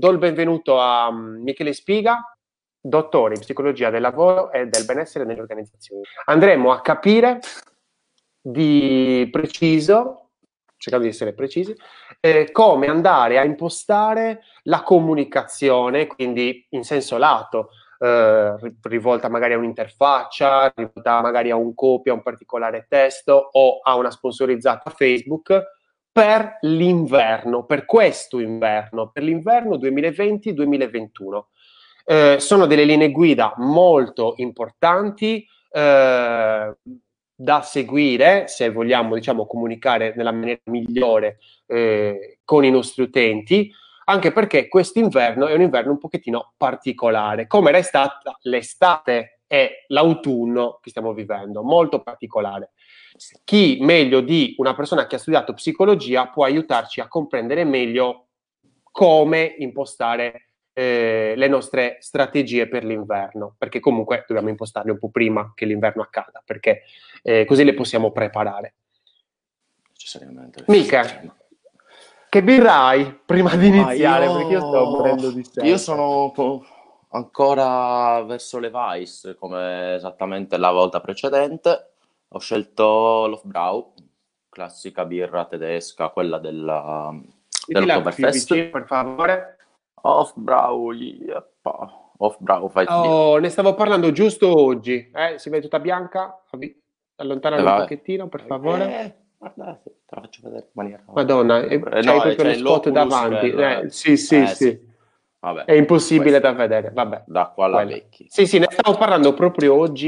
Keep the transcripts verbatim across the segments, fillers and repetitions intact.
do il benvenuto a um, Michele Spiga, dottore in psicologia del lavoro e del benessere nelle organizzazioni. Andremo a capire di preciso, cercando di essere precisi, eh, come andare a impostare la comunicazione, quindi in senso lato, eh, rivolta magari a un'interfaccia, rivolta magari a un copy, a un particolare testo o a una sponsorizzata Facebook, per l'inverno, per questo inverno, per l'inverno duemilaventi duemilaventuno. Eh, sono delle linee guida molto importanti eh, da seguire se vogliamo, diciamo, comunicare nella maniera migliore eh, con i nostri utenti, anche perché quest'inverno è un inverno un pochettino particolare, come era stata l'estate e l'autunno che stiamo vivendo, molto particolare. Chi meglio di una persona che ha studiato psicologia può aiutarci a comprendere meglio come impostare eh, le nostre strategie per l'inverno, perché comunque dobbiamo impostarle un po' prima che l'inverno accada, perché eh, così le possiamo preparare. Necessariamente. Mica, che birra hai prima di iniziare? Ah, io... Perché io sto morendo di sete. Io sono ancora verso le Weiss, come esattamente la volta precedente. Ho scelto l'Hofbrau, classica birra tedesca, quella della, dell'Oktoberfest. Vicino, per favore. Hofbrau, yeppa. Hofbrau, fai Oh, ne stavo parlando giusto oggi. Eh, si vede tutta bianca? Allontanalo eh, un vabbè. pochettino, per favore. Eh, guarda, te la faccio vedere in maniera... Madonna, eh, c'hai no, proprio c'è lo spot l'Oculus davanti. per... Eh, sì, sì, eh, sì. sì. Vabbè, È impossibile questo, da vedere. Vabbè, da qua alla quella. vecchi. Sì, sì, ne stavo parlando proprio oggi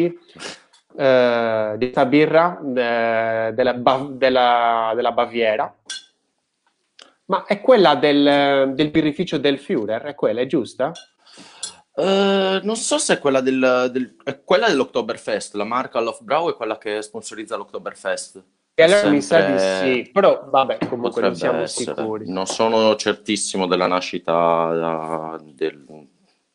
eh, di questa birra eh, della, Ba- della- della Baviera. Ma è quella del, del birrificio del Führer? È quella, è giusta? Eh, non so se è quella del, del- è quella dell'Oktoberfest, la marca Lofbrau è quella che sponsorizza l'Oktoberfest. E È allora mi sa di sempre... sì, però vabbè, comunque non Potrebbe siamo essere. sicuri. Non sono certissimo della nascita eh, del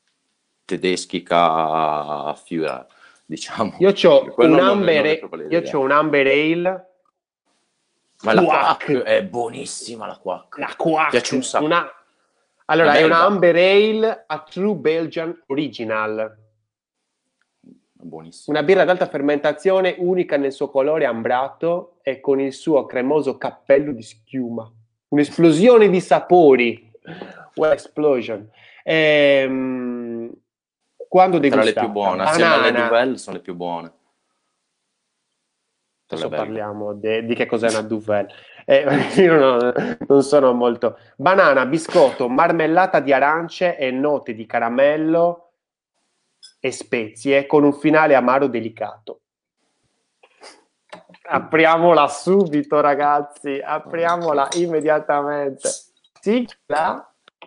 tedeschica Führer, diciamo. Io ho un Quello non, non ne ho Amber, proprio io idea. c'ho un Amber Ale. Ma la Quack! Quack è buonissima, la Quack. La Piace un Quack! sacco. Una... È Allora, è una belga, Amber Ale a True Belgian Original. è buonissima. Una birra ad alta fermentazione, unica nel suo colore ambrato e con il suo cremoso cappello di schiuma. Un'esplosione di sapori. Well, explosion. Ehm, quando Tra le più degustata? buone, assieme alle Banana. Duvel sono le più buone. Quelle Adesso belga. parliamo de- di che cos'è una Duvel. Eh, io non, non sono molto... Banana, biscotto, marmellata di arance e note di caramello e spezie con un finale amaro delicato. Apriamola subito, ragazzi, apriamola immediatamente. Sigla?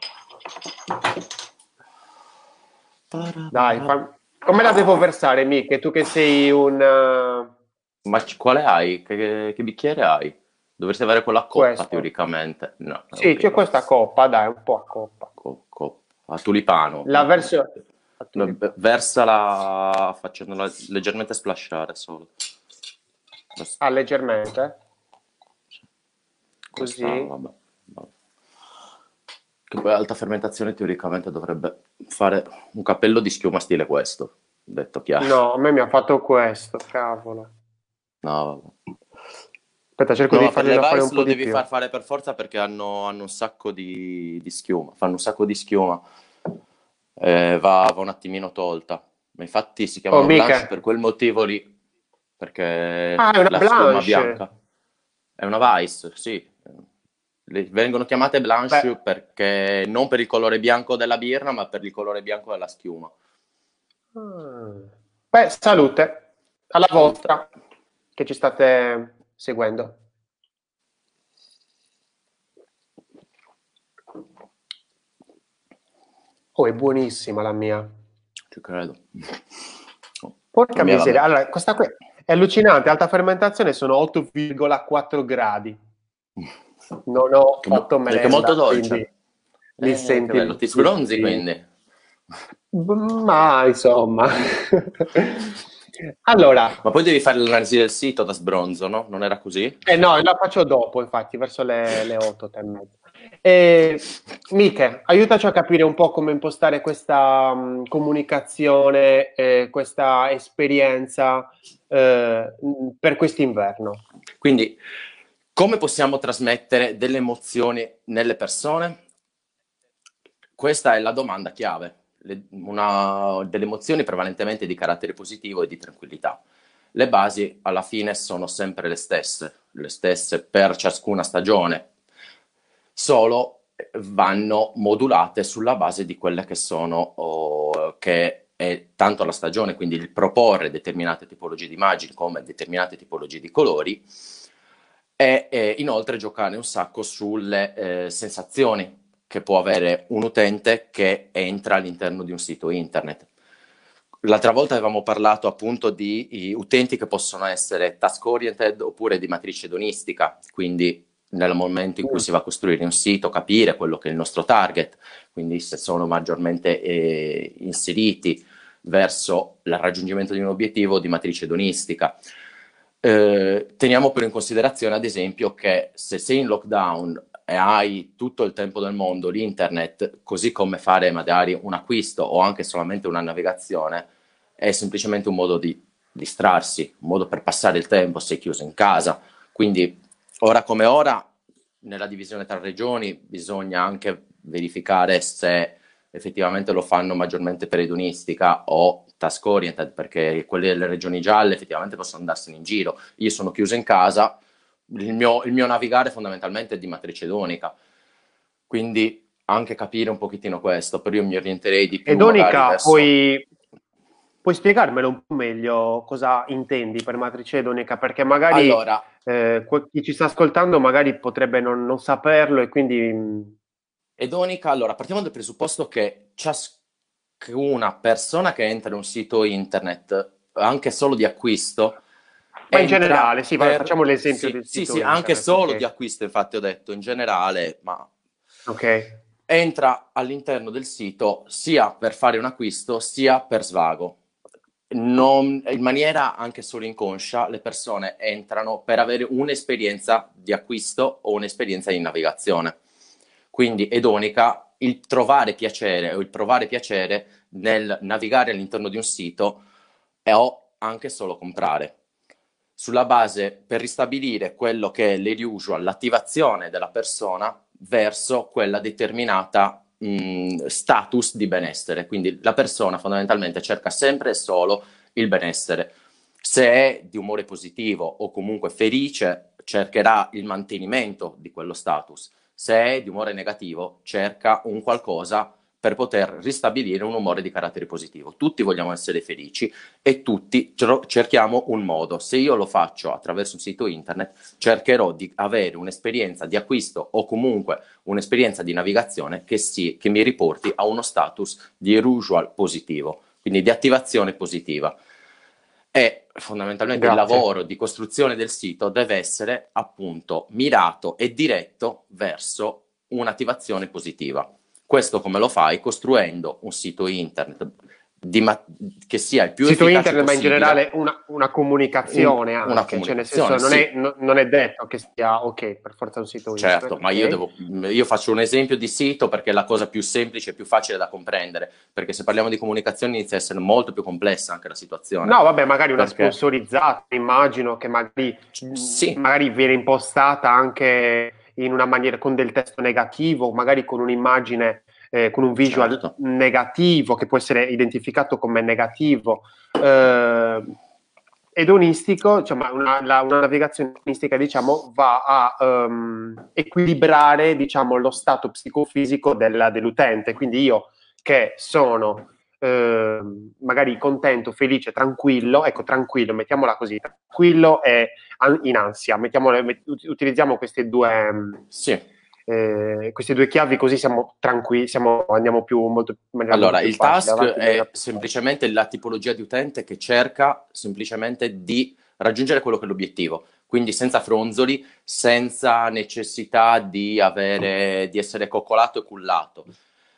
Dai, fa... come la devo versare, Miche? Tu che sei un... uh, Ma c- quale hai? Che, che bicchiere hai? Dovresti avere quella coppa questo. teoricamente. No, Sì, ok, c'è va. questa coppa, dai, un po' a coppa. Co- co- a tulipano. La versione... No, v- versala facendola leggermente splashare solo. Questa, Ah, leggermente. questa, Così. vabbè, vabbè. Che poi alta fermentazione teoricamente dovrebbe fare un cappello di schiuma stile questo, detto chiaro. No, a me mi ha fatto questo, cavolo. No, vabbè. Aspetta, cerco No, di ma per le farglielo fare Vice un po' lo di devi più. far fare per forza perché hanno, hanno un sacco di, di schiuma, fanno un sacco di schiuma. Eh, va, va un attimino tolta. Ma infatti si Oh, chiamano Blanche mica. per quel motivo lì, perché Ah, è una la schiuma Blanche. bianca è una Vice, sì. Le- vengono chiamate Beh, Blanche perché non per il colore bianco della birra, ma per il colore bianco della schiuma. ah. Beh, salute alla Salute. vostra che ci state seguendo. Oh, è buonissima la mia. Ci credo. Porca La mia, miseria. vabbè. Allora, questa qui è allucinante. Alta fermentazione sono otto virgola quattro gradi. Non ho Che mo- fatto È che è molto merenda, quindi dolce. li Eh, che senti bello, ti sbronzi tutti. quindi. Ma insomma. Allora, Ma poi devi fare l'analisi del sito da sbronzo, no? Non era così? eh no, la faccio dopo, infatti, verso le, le otto, otto e mezza. E, Miche, aiutaci a capire un po' come impostare questa mh, comunicazione, eh, questa esperienza eh, mh, per quest'inverno. Quindi, come possiamo trasmettere delle emozioni nelle persone? Questa è la domanda chiave. Le- una- delle emozioni prevalentemente di carattere positivo e di tranquillità. Le basi alla fine sono sempre le stesse, le stesse per ciascuna stagione, solo vanno modulate sulla base di quelle che sono, oh, che è tanto la stagione, quindi il proporre determinate tipologie di immagini come determinate tipologie di colori e, e inoltre giocare un sacco sulle eh, sensazioni che può avere un utente che entra all'interno di un sito internet. L'altra volta avevamo parlato appunto di utenti che possono essere task oriented oppure di matrice edonistica, quindi nel momento in cui si va a costruire un sito, capire quello che è il nostro target, quindi se sono maggiormente eh, inseriti verso il raggiungimento di un obiettivo di matrice edonistica. Eh, teniamo però in considerazione, ad esempio, che se sei in lockdown e hai tutto il tempo del mondo l'internet, così come fare magari un acquisto o anche solamente una navigazione, è semplicemente un modo di distrarsi, un modo per passare il tempo, sei chiuso in casa. Quindi, ora come ora, nella divisione tra regioni bisogna anche verificare se effettivamente lo fanno maggiormente per edonistica o task oriented, perché quelle delle regioni gialle effettivamente possono andarsene in giro. Io sono chiuso in casa, il mio, il mio navigare fondamentalmente è di matrice edonica, quindi anche capire un pochettino questo, però io mi orienterei di più magari Edonica, verso... puoi, puoi spiegarmelo un po' meglio cosa intendi per matrice edonica? Perché magari Allora, eh, que- chi ci sta ascoltando magari potrebbe non, non saperlo e quindi... mh, edonica, allora partiamo dal presupposto che ciascuna persona che entra in un sito internet, anche solo di acquisto, ma in entra generale, sì, vabbè, per... facciamo l'esempio Sì, del sì, sito sì, anche internet, solo di ok? acquisto, infatti ho detto in generale, ma Ok. entra all'interno del sito sia per fare un acquisto sia per svago. Non- in maniera anche solo inconscia, le persone entrano per avere un'esperienza di acquisto o un'esperienza di navigazione. Quindi edonica, il trovare piacere o il provare piacere nel navigare all'interno di un sito e o anche solo comprare. Sulla base per ristabilire quello che è l'usual, l'attivazione della persona verso quella determinata mh, status di benessere. Quindi la persona fondamentalmente cerca sempre e solo il benessere. Se è di umore positivo o comunque felice, cercherà il mantenimento di quello status. Se è di umore negativo, cerca un qualcosa per poter ristabilire un umore di carattere positivo. Tutti vogliamo essere felici e tutti cerchiamo un modo. Se io lo faccio attraverso un sito internet, cercherò di avere un'esperienza di acquisto o comunque un'esperienza di navigazione che, si, che mi riporti a uno status di usual positivo, quindi di attivazione positiva. E fondamentalmente il Grazie. lavoro di costruzione del sito deve essere appunto mirato e diretto verso un'attivazione positiva. Questo come lo fai? Costruendo un sito internet di ma- che sia il più Sito efficace internet, ma in possibile, generale una, una un- comunicazione una anche, cioè nel comunicazione, senso non sì. è, no- non è detto che sia ok per forza un sito internet, Certo, ma io, ok? devo, io faccio un esempio di sito perché è la cosa più semplice e più facile da comprendere, perché se parliamo di comunicazione inizia a essere molto più complessa anche la situazione, No, vabbè, magari una perché sponsorizzata, immagino che magari, sì, magari viene impostata anche in una maniera con del testo negativo, magari con un'immagine, eh, con un visual certo, negativo che può essere identificato come negativo. Eh, Edonistico, diciamo, una, la- una navigazione edonistica, diciamo, va a ehm, equilibrare, diciamo, lo stato psicofisico della- dell'utente. Quindi io che sono eh, magari contento, felice, tranquillo, ecco, tranquillo, mettiamola così, tranquillo e an- in ansia, mettiamole- met- utilizziamo queste due, mh, sì. eh, queste due chiavi così siamo tranquilli, siamo, andiamo più, molto, in maniera molto Allora, più il facile, task avanti in maniera è più facile. semplicemente la tipologia di utente che cerca semplicemente di raggiungere quello che è l'obiettivo, quindi senza fronzoli, senza necessità di avere, di essere coccolato e cullato.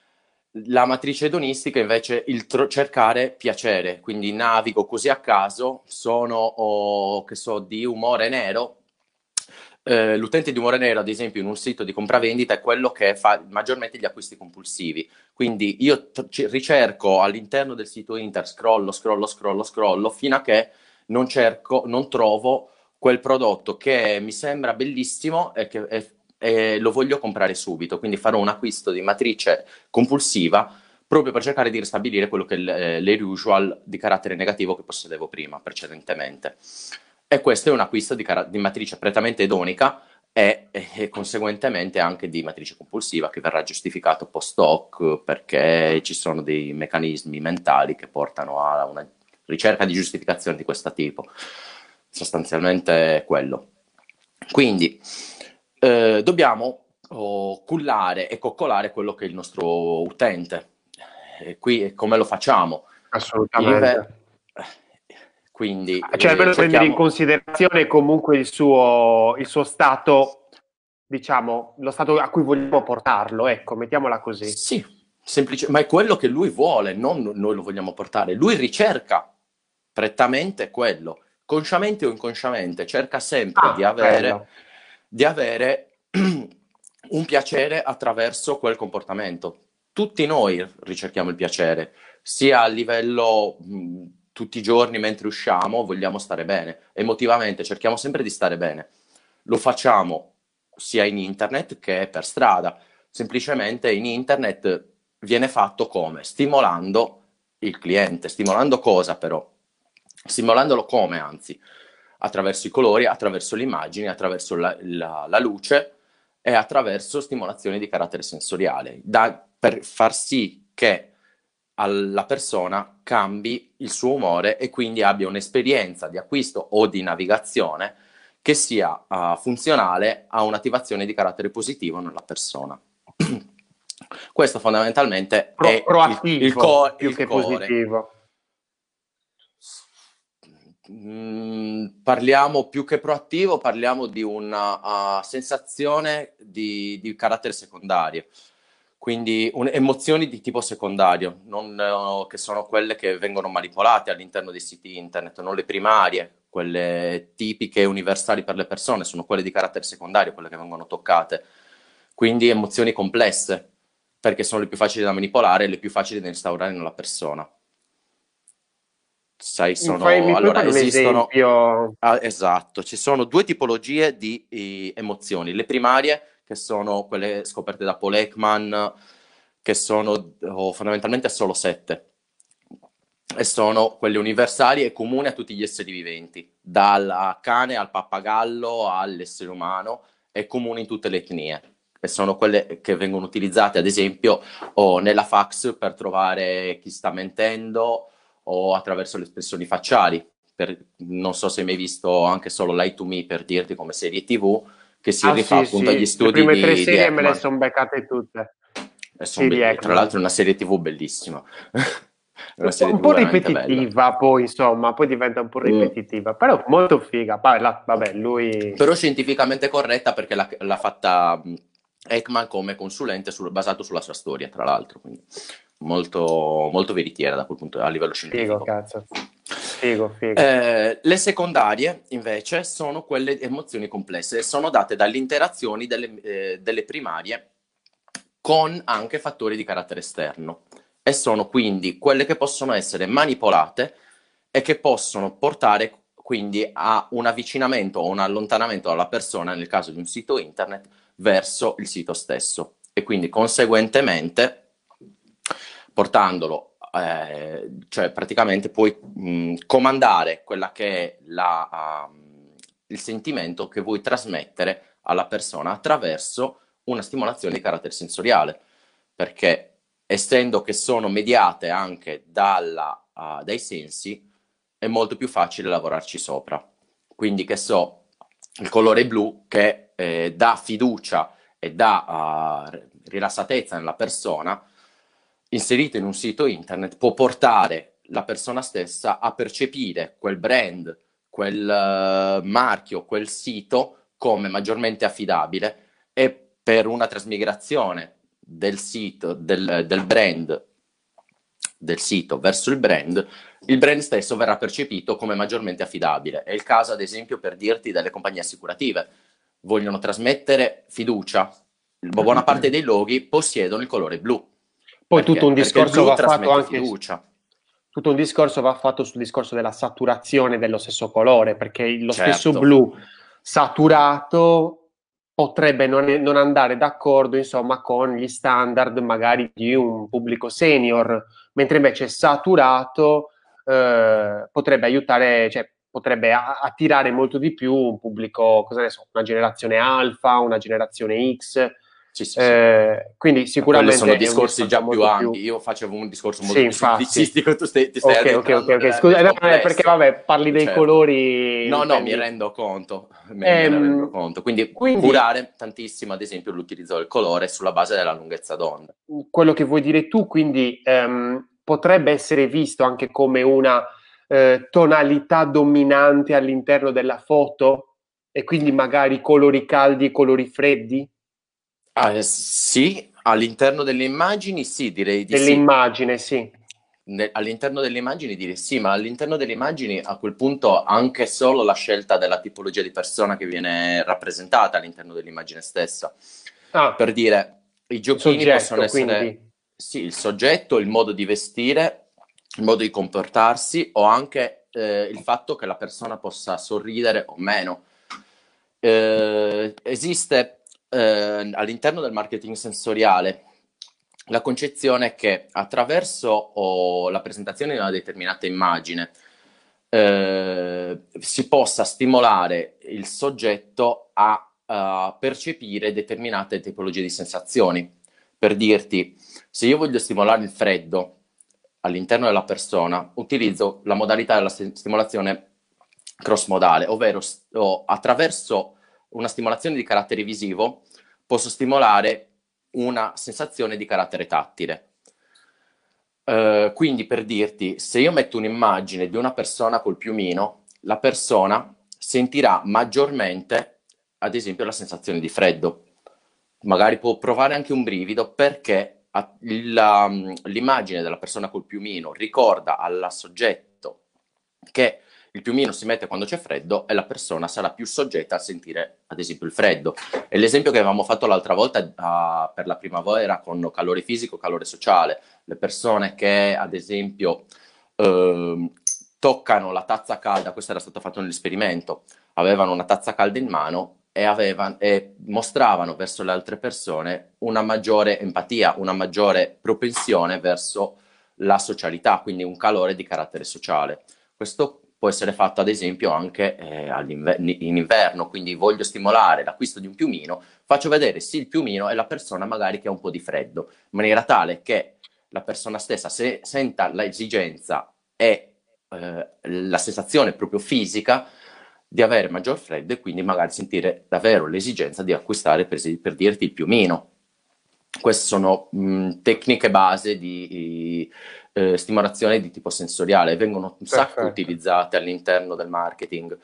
La matrice edonistica invece il tro- cercare piacere, quindi navigo così a caso, sono oh, che so, di umore nero, eh, l'utente di umore nero, ad esempio, in un sito di compravendita è quello che fa maggiormente gli acquisti compulsivi. Quindi io t- ci- ricerco all'interno del sito Inter, scrollo, scrollo, scrollo, scrollo, fino a che non cerco, non trovo quel prodotto che mi sembra bellissimo e che e- e lo voglio comprare subito. Quindi farò un acquisto di matrice compulsiva proprio per cercare di ristabilire quello che è l- eh, l'usual di carattere negativo che possedevo prima, precedentemente. E questo è un acquisto di, cara- di matrice prettamente edonica e, e- e conseguentemente anche di matrice compulsiva che verrà giustificato post hoc perché ci sono dei meccanismi mentali che portano a una ricerca di giustificazione di questo tipo. Sostanzialmente è quello. Quindi eh, dobbiamo oh, cullare e coccolare quello che è il nostro utente. E qui come lo facciamo? Assolutamente. Inve- quindi Cioè, eh, almeno prendere in cerchiamo. considerazione comunque il suo, il suo stato, diciamo, lo stato a cui vogliamo portarlo, ecco, mettiamola così. Sì, semplice, ma è quello che lui vuole, non noi lo vogliamo portare. Lui ricerca prettamente quello, consciamente o inconsciamente, cerca sempre di Ah, avere, bello. di avere un piacere attraverso quel comportamento. Tutti noi ricerchiamo il piacere, sia a livello mh, tutti i giorni mentre usciamo, vogliamo stare bene, emotivamente cerchiamo sempre di stare bene. Lo facciamo sia in internet che per strada. Semplicemente in internet viene fatto come? Stimolando il cliente. Stimolando cosa però? Stimolandolo come, anzi? Attraverso i colori, attraverso le immagini, attraverso la, la, la luce e attraverso stimolazioni di carattere sensoriale, da, per far sì che alla persona cambi il suo umore e quindi abbia un'esperienza di acquisto o di navigazione che sia uh, funzionale a un'attivazione di carattere positivo nella persona. Questo fondamentalmente Pro- è il, il, proattivo co- più il che core. positivo. Mm, parliamo più che proattivo, parliamo di una uh, sensazione di, di carattere secondario, quindi un, emozioni di tipo secondario, non, uh, che sono quelle che vengono manipolate all'interno dei siti internet, non le primarie, quelle tipiche e universali per le persone, sono quelle di carattere secondario, quelle che vengono toccate. Quindi emozioni complesse, perché sono le più facili da manipolare e le più facili da instaurare nella persona. Sai, Mi fai- sono mi puoi allora fare un esistono esempio? ah, esatto, ci sono due tipologie di eh, emozioni. Le primarie, che sono quelle scoperte da Paul Ekman, che sono oh, fondamentalmente solo sette, e sono quelle universali e comuni a tutti gli esseri viventi, dal cane al pappagallo all'essere umano, è comune in tutte le etnie. E sono quelle che vengono utilizzate, ad esempio, o nella fax per trovare chi sta mentendo o attraverso le espressioni facciali. Per, non so se hai mai visto anche solo Lie to Me per dirti come serie T V che si Ah rifà sì, appunto agli sì, le studi prime tre di, di serie me le Ekman. sono beccate tutte. E son Sì, di belli- tra Ekman. l'altro è una serie T V bellissima. È una Un po', serie un T V po' veramente bella. ripetitiva poi, insomma, poi diventa un po' Mm. ripetitiva, però molto figa. Poi, là, vabbè, lui... Però scientificamente corretta perché l'ha, l'ha fatta mh, Ekman come consulente sul- basato sulla sua storia, tra l'altro, quindi molto, molto veritiera da quel punto a livello Figo, scientifico. cazzo. Figo, figo. Eh, le secondarie, invece, sono quelle emozioni complesse e sono date dalle interazioni delle, eh, delle primarie con anche fattori di carattere esterno e sono quindi quelle che possono essere manipolate e che possono portare quindi a un avvicinamento o un allontanamento dalla persona, nel caso di un sito internet, verso il sito stesso e quindi conseguentemente portandolo, eh, cioè praticamente puoi mh, comandare quella che è la, um, il sentimento che vuoi trasmettere alla persona attraverso una stimolazione di carattere sensoriale, perché essendo che sono mediate anche dalla, uh, dai sensi, è molto più facile lavorarci sopra. Quindi che so, il colore blu che eh, dà fiducia e dà uh, rilassatezza nella persona, inserito in un sito internet, può portare la persona stessa a percepire quel brand, quel uh, marchio, quel sito come maggiormente affidabile e per una trasmigrazione del sito, del, del brand, del sito verso il brand, il brand stesso verrà percepito come maggiormente affidabile. È il caso, ad esempio, per dirti, delle compagnie assicurative. vogliono trasmettere fiducia, buona parte dei loghi possiedono il colore blu. Poi Perché? tutto un Perché il discorso blu va fatto trasmette anche, fiducia. tutto un discorso va fatto sul discorso della saturazione dello stesso colore, perché lo stesso Certo. blu saturato potrebbe non, non andare d'accordo, insomma, con gli standard magari di un pubblico senior, mentre invece saturato eh, potrebbe aiutare, cioè potrebbe a- attirare molto di più un pubblico, cosa ne so, una generazione alfa, una generazione X. Sì, sì, sì. Eh, quindi Ma quelli sono sicuramente è un discorsi discorso già più molto più. ampi. Io facevo un discorso Sì, molto più infatti. semplicistico, tu stai- ti stai Ok, ok, ok, addentrando ok. nel, Scusa, nel no, no, è perché complesso. vabbè, parli dei Certo. colori, No, no, mi intendi. rendo conto, me, me ne rendo Ehm, conto. Quindi quindi curare tantissimo, ad esempio, l'utilizzo del colore sulla base della lunghezza d'onda. quello che vuoi dire tu, quindi ehm, potrebbe essere visto anche come una eh, tonalità dominante all'interno della foto e quindi magari colori caldi e colori freddi Ah, eh, sì, all'interno delle immagini sì, direi di sì. dell'immagine, sì. Ne- all'interno delle immagini direi sì, ma all'interno delle immagini a quel punto anche solo la scelta della tipologia di persona che viene rappresentata all'interno dell'immagine stessa. Ah, Per dire, i giochini possono soggetto, essere quindi. sì, il soggetto, il modo di vestire, il modo di comportarsi o anche eh, il fatto che la persona possa sorridere o meno. Eh, esiste eh, all'interno del marketing sensoriale la concezione che attraverso oh, la presentazione di una determinata immagine eh, si possa stimolare il soggetto a, a percepire determinate tipologie di sensazioni. Per dirti, se io voglio stimolare il freddo all'interno della persona, utilizzo la modalità della stimolazione cross-modale, ovvero st- attraverso una stimolazione di carattere visivo posso stimolare una sensazione di carattere tattile. Uh, quindi per dirti, se io metto un'immagine di una persona col piumino, la persona sentirà maggiormente, ad esempio, la sensazione di freddo. Magari può provare anche un brivido perché la, l'immagine della persona col piumino ricorda al soggetto che il piumino si mette quando c'è freddo e la persona sarà più soggetta a sentire, ad esempio, il freddo. E l'esempio che avevamo fatto l'altra volta uh, per la primavera con calore fisico, calore sociale. Le persone che, ad esempio, uh, toccano la tazza calda, questo era stato fatto nell'esperimento, avevano una tazza calda in mano e, avevano, e mostravano verso le altre persone una maggiore empatia, una maggiore propensione verso la socialità, quindi un calore di carattere sociale. Questo può essere fatto ad esempio anche eh, in inverno, quindi voglio stimolare l'acquisto di un piumino, faccio vedere sì il piumino e la persona magari che ha un po' di freddo, in maniera tale che la persona stessa se senta l'esigenza e eh, la sensazione proprio fisica di avere maggior freddo e quindi magari sentire davvero l'esigenza di acquistare per, per dirti il piumino. Queste sono mh, tecniche base di, di eh, stimolazione di tipo sensoriale, vengono un sacco Perfetto. utilizzate all'interno del marketing.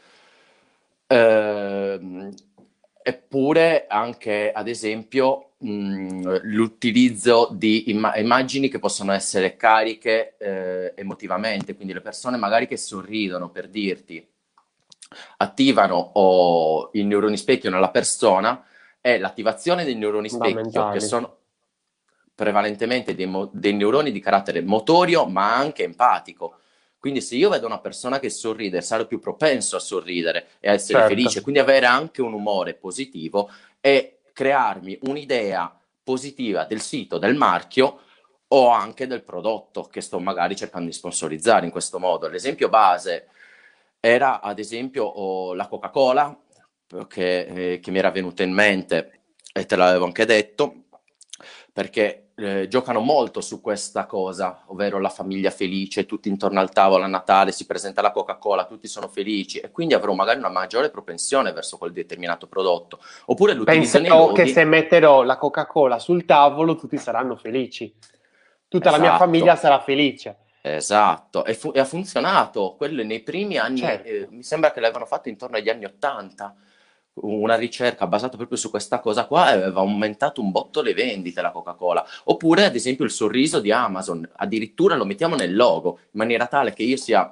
Ehm, eppure anche, ad esempio, mh, l'utilizzo di imma- immagini che possono essere cariche eh, emotivamente, quindi le persone magari che sorridono per dirti attivano o, i neuroni specchio nella persona e l'attivazione dei neuroni specchio, che Fondamentali. sono prevalentemente dei, mo- dei neuroni di carattere motorio, ma anche empatico. Quindi se io vedo una persona che sorride, sarò più propenso a sorridere e a essere Certo. felice, quindi avere anche un umore positivo e crearmi un'idea positiva del sito, del marchio o anche del prodotto che sto magari cercando di sponsorizzare in questo modo. L'esempio base era ad esempio oh, la Coca-Cola, che, eh, che mi era venuta in mente e te l'avevo anche detto, perché eh, giocano molto su questa cosa, ovvero la famiglia felice, tutti intorno al tavolo a Natale, si presenta la Coca-Cola, tutti sono felici e quindi avrò magari una maggiore propensione verso quel determinato prodotto. Oppure l'utilizzo nei Penserò che se loghi, metterò la Coca-Cola sul tavolo tutti saranno felici. Tutta la mia famiglia esatto, sarà felice. esatto, e, fu- e ha funzionato. Quello nei primi anni, Certo. eh, mi sembra che l'avevano fatto intorno agli anni ottanta, una ricerca basata proprio su questa cosa qua e aveva aumentato un botto le vendite la Coca-Cola. Oppure, ad esempio, il sorriso di Amazon, addirittura lo mettiamo nel logo, in maniera tale che io sia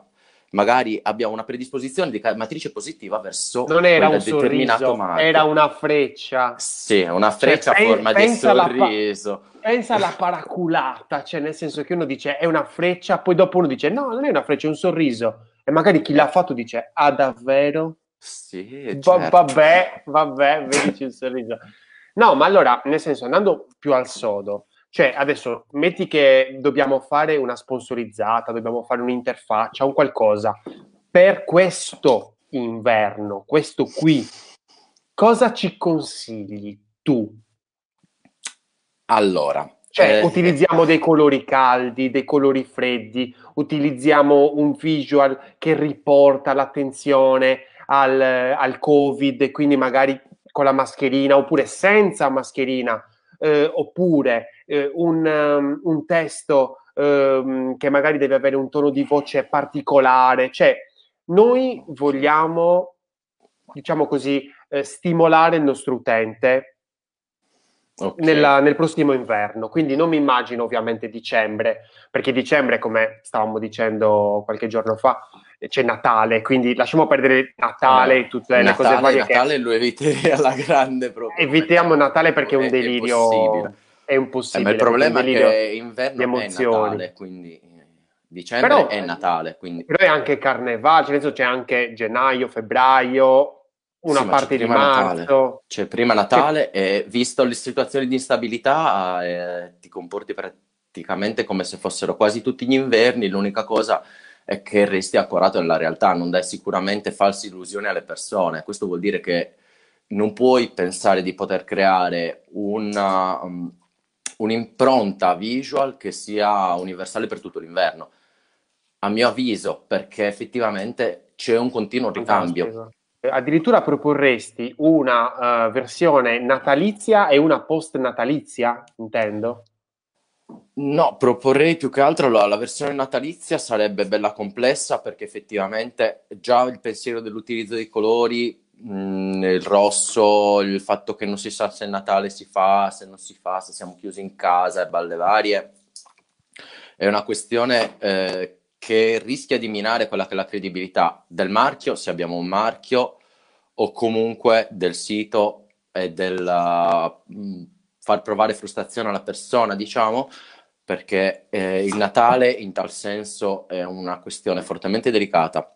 magari abbiamo una predisposizione di ca- matrice positiva verso Non era quel un determinato sorriso, era marchio. una freccia. Sì, una Cioè, freccia a pe- forma di pensa alla, pa- sorriso. pensa alla paraculata, cioè nel senso che uno dice è una freccia, poi dopo uno dice no, non è una freccia, è un sorriso. E magari chi l'ha Eh, fatto dice ah davvero? sì, Va- certo. vabbè, vabbè, vedici il sorriso. No, ma allora, nel senso, andando più al sodo, cioè adesso metti che dobbiamo fare una sponsorizzata, dobbiamo fare un'interfaccia, un qualcosa per questo inverno, questo qui, cosa ci consigli tu? Allora, Cioè, eh, utilizziamo dei colori caldi, dei colori freddi, utilizziamo un visual che riporta l'attenzione al, al Covid, e quindi magari con la mascherina, oppure senza mascherina, eh, oppure eh, un, um, un testo ehm, che magari deve avere un tono di voce particolare. Cioè, noi vogliamo, diciamo così, eh, stimolare il nostro utente ok. nella- nel prossimo inverno. Quindi non mi immagino ovviamente dicembre, perché dicembre, come stavamo dicendo qualche giorno fa, c'è Natale, quindi lasciamo perdere Natale e Eh, tutte le cose Natale, varie che Natale lo eviterei alla grande proprio come evitiamo tema, Natale proprio perché è un è, è impossibile. delirio, è Eh, ma il impossibile perché è un problema è delirio che di inverno è emozioni. Natale, quindi eh, dicembre Però, è Natale, quindi però è anche Carnevale, cioè nel senso c'è anche gennaio, febbraio, sì, una ma c'è parte di prima Natale. marzo. C'è prima Che Natale e visto le situazioni di instabilità, eh, ti comporti praticamente come se fossero quasi tutti gli inverni, l'unica cosa è che resti ancorato nella realtà, non dai sicuramente false illusioni alle persone. Questo vuol dire che non puoi pensare di poter creare una, um, un'impronta visual che sia universale per tutto l'inverno. A mio avviso, perché effettivamente c'è un continuo ricambio. fantastico. Eh, Addirittura proporresti una eh, versione natalizia e una post-natalizia, intendo? No, proporrei più che altro la, la versione natalizia sarebbe bella complessa perché effettivamente già il pensiero dell'utilizzo dei colori, mh, il rosso, il fatto che non si sa se Natale si fa, se non si fa, se siamo chiusi in casa e balle varie, è una questione eh, che rischia di minare quella che è la credibilità del marchio, se abbiamo un marchio, o comunque del sito e del uh, mh, far provare frustrazione alla persona, diciamo, perché eh, il Natale in tal senso è una questione fortemente delicata.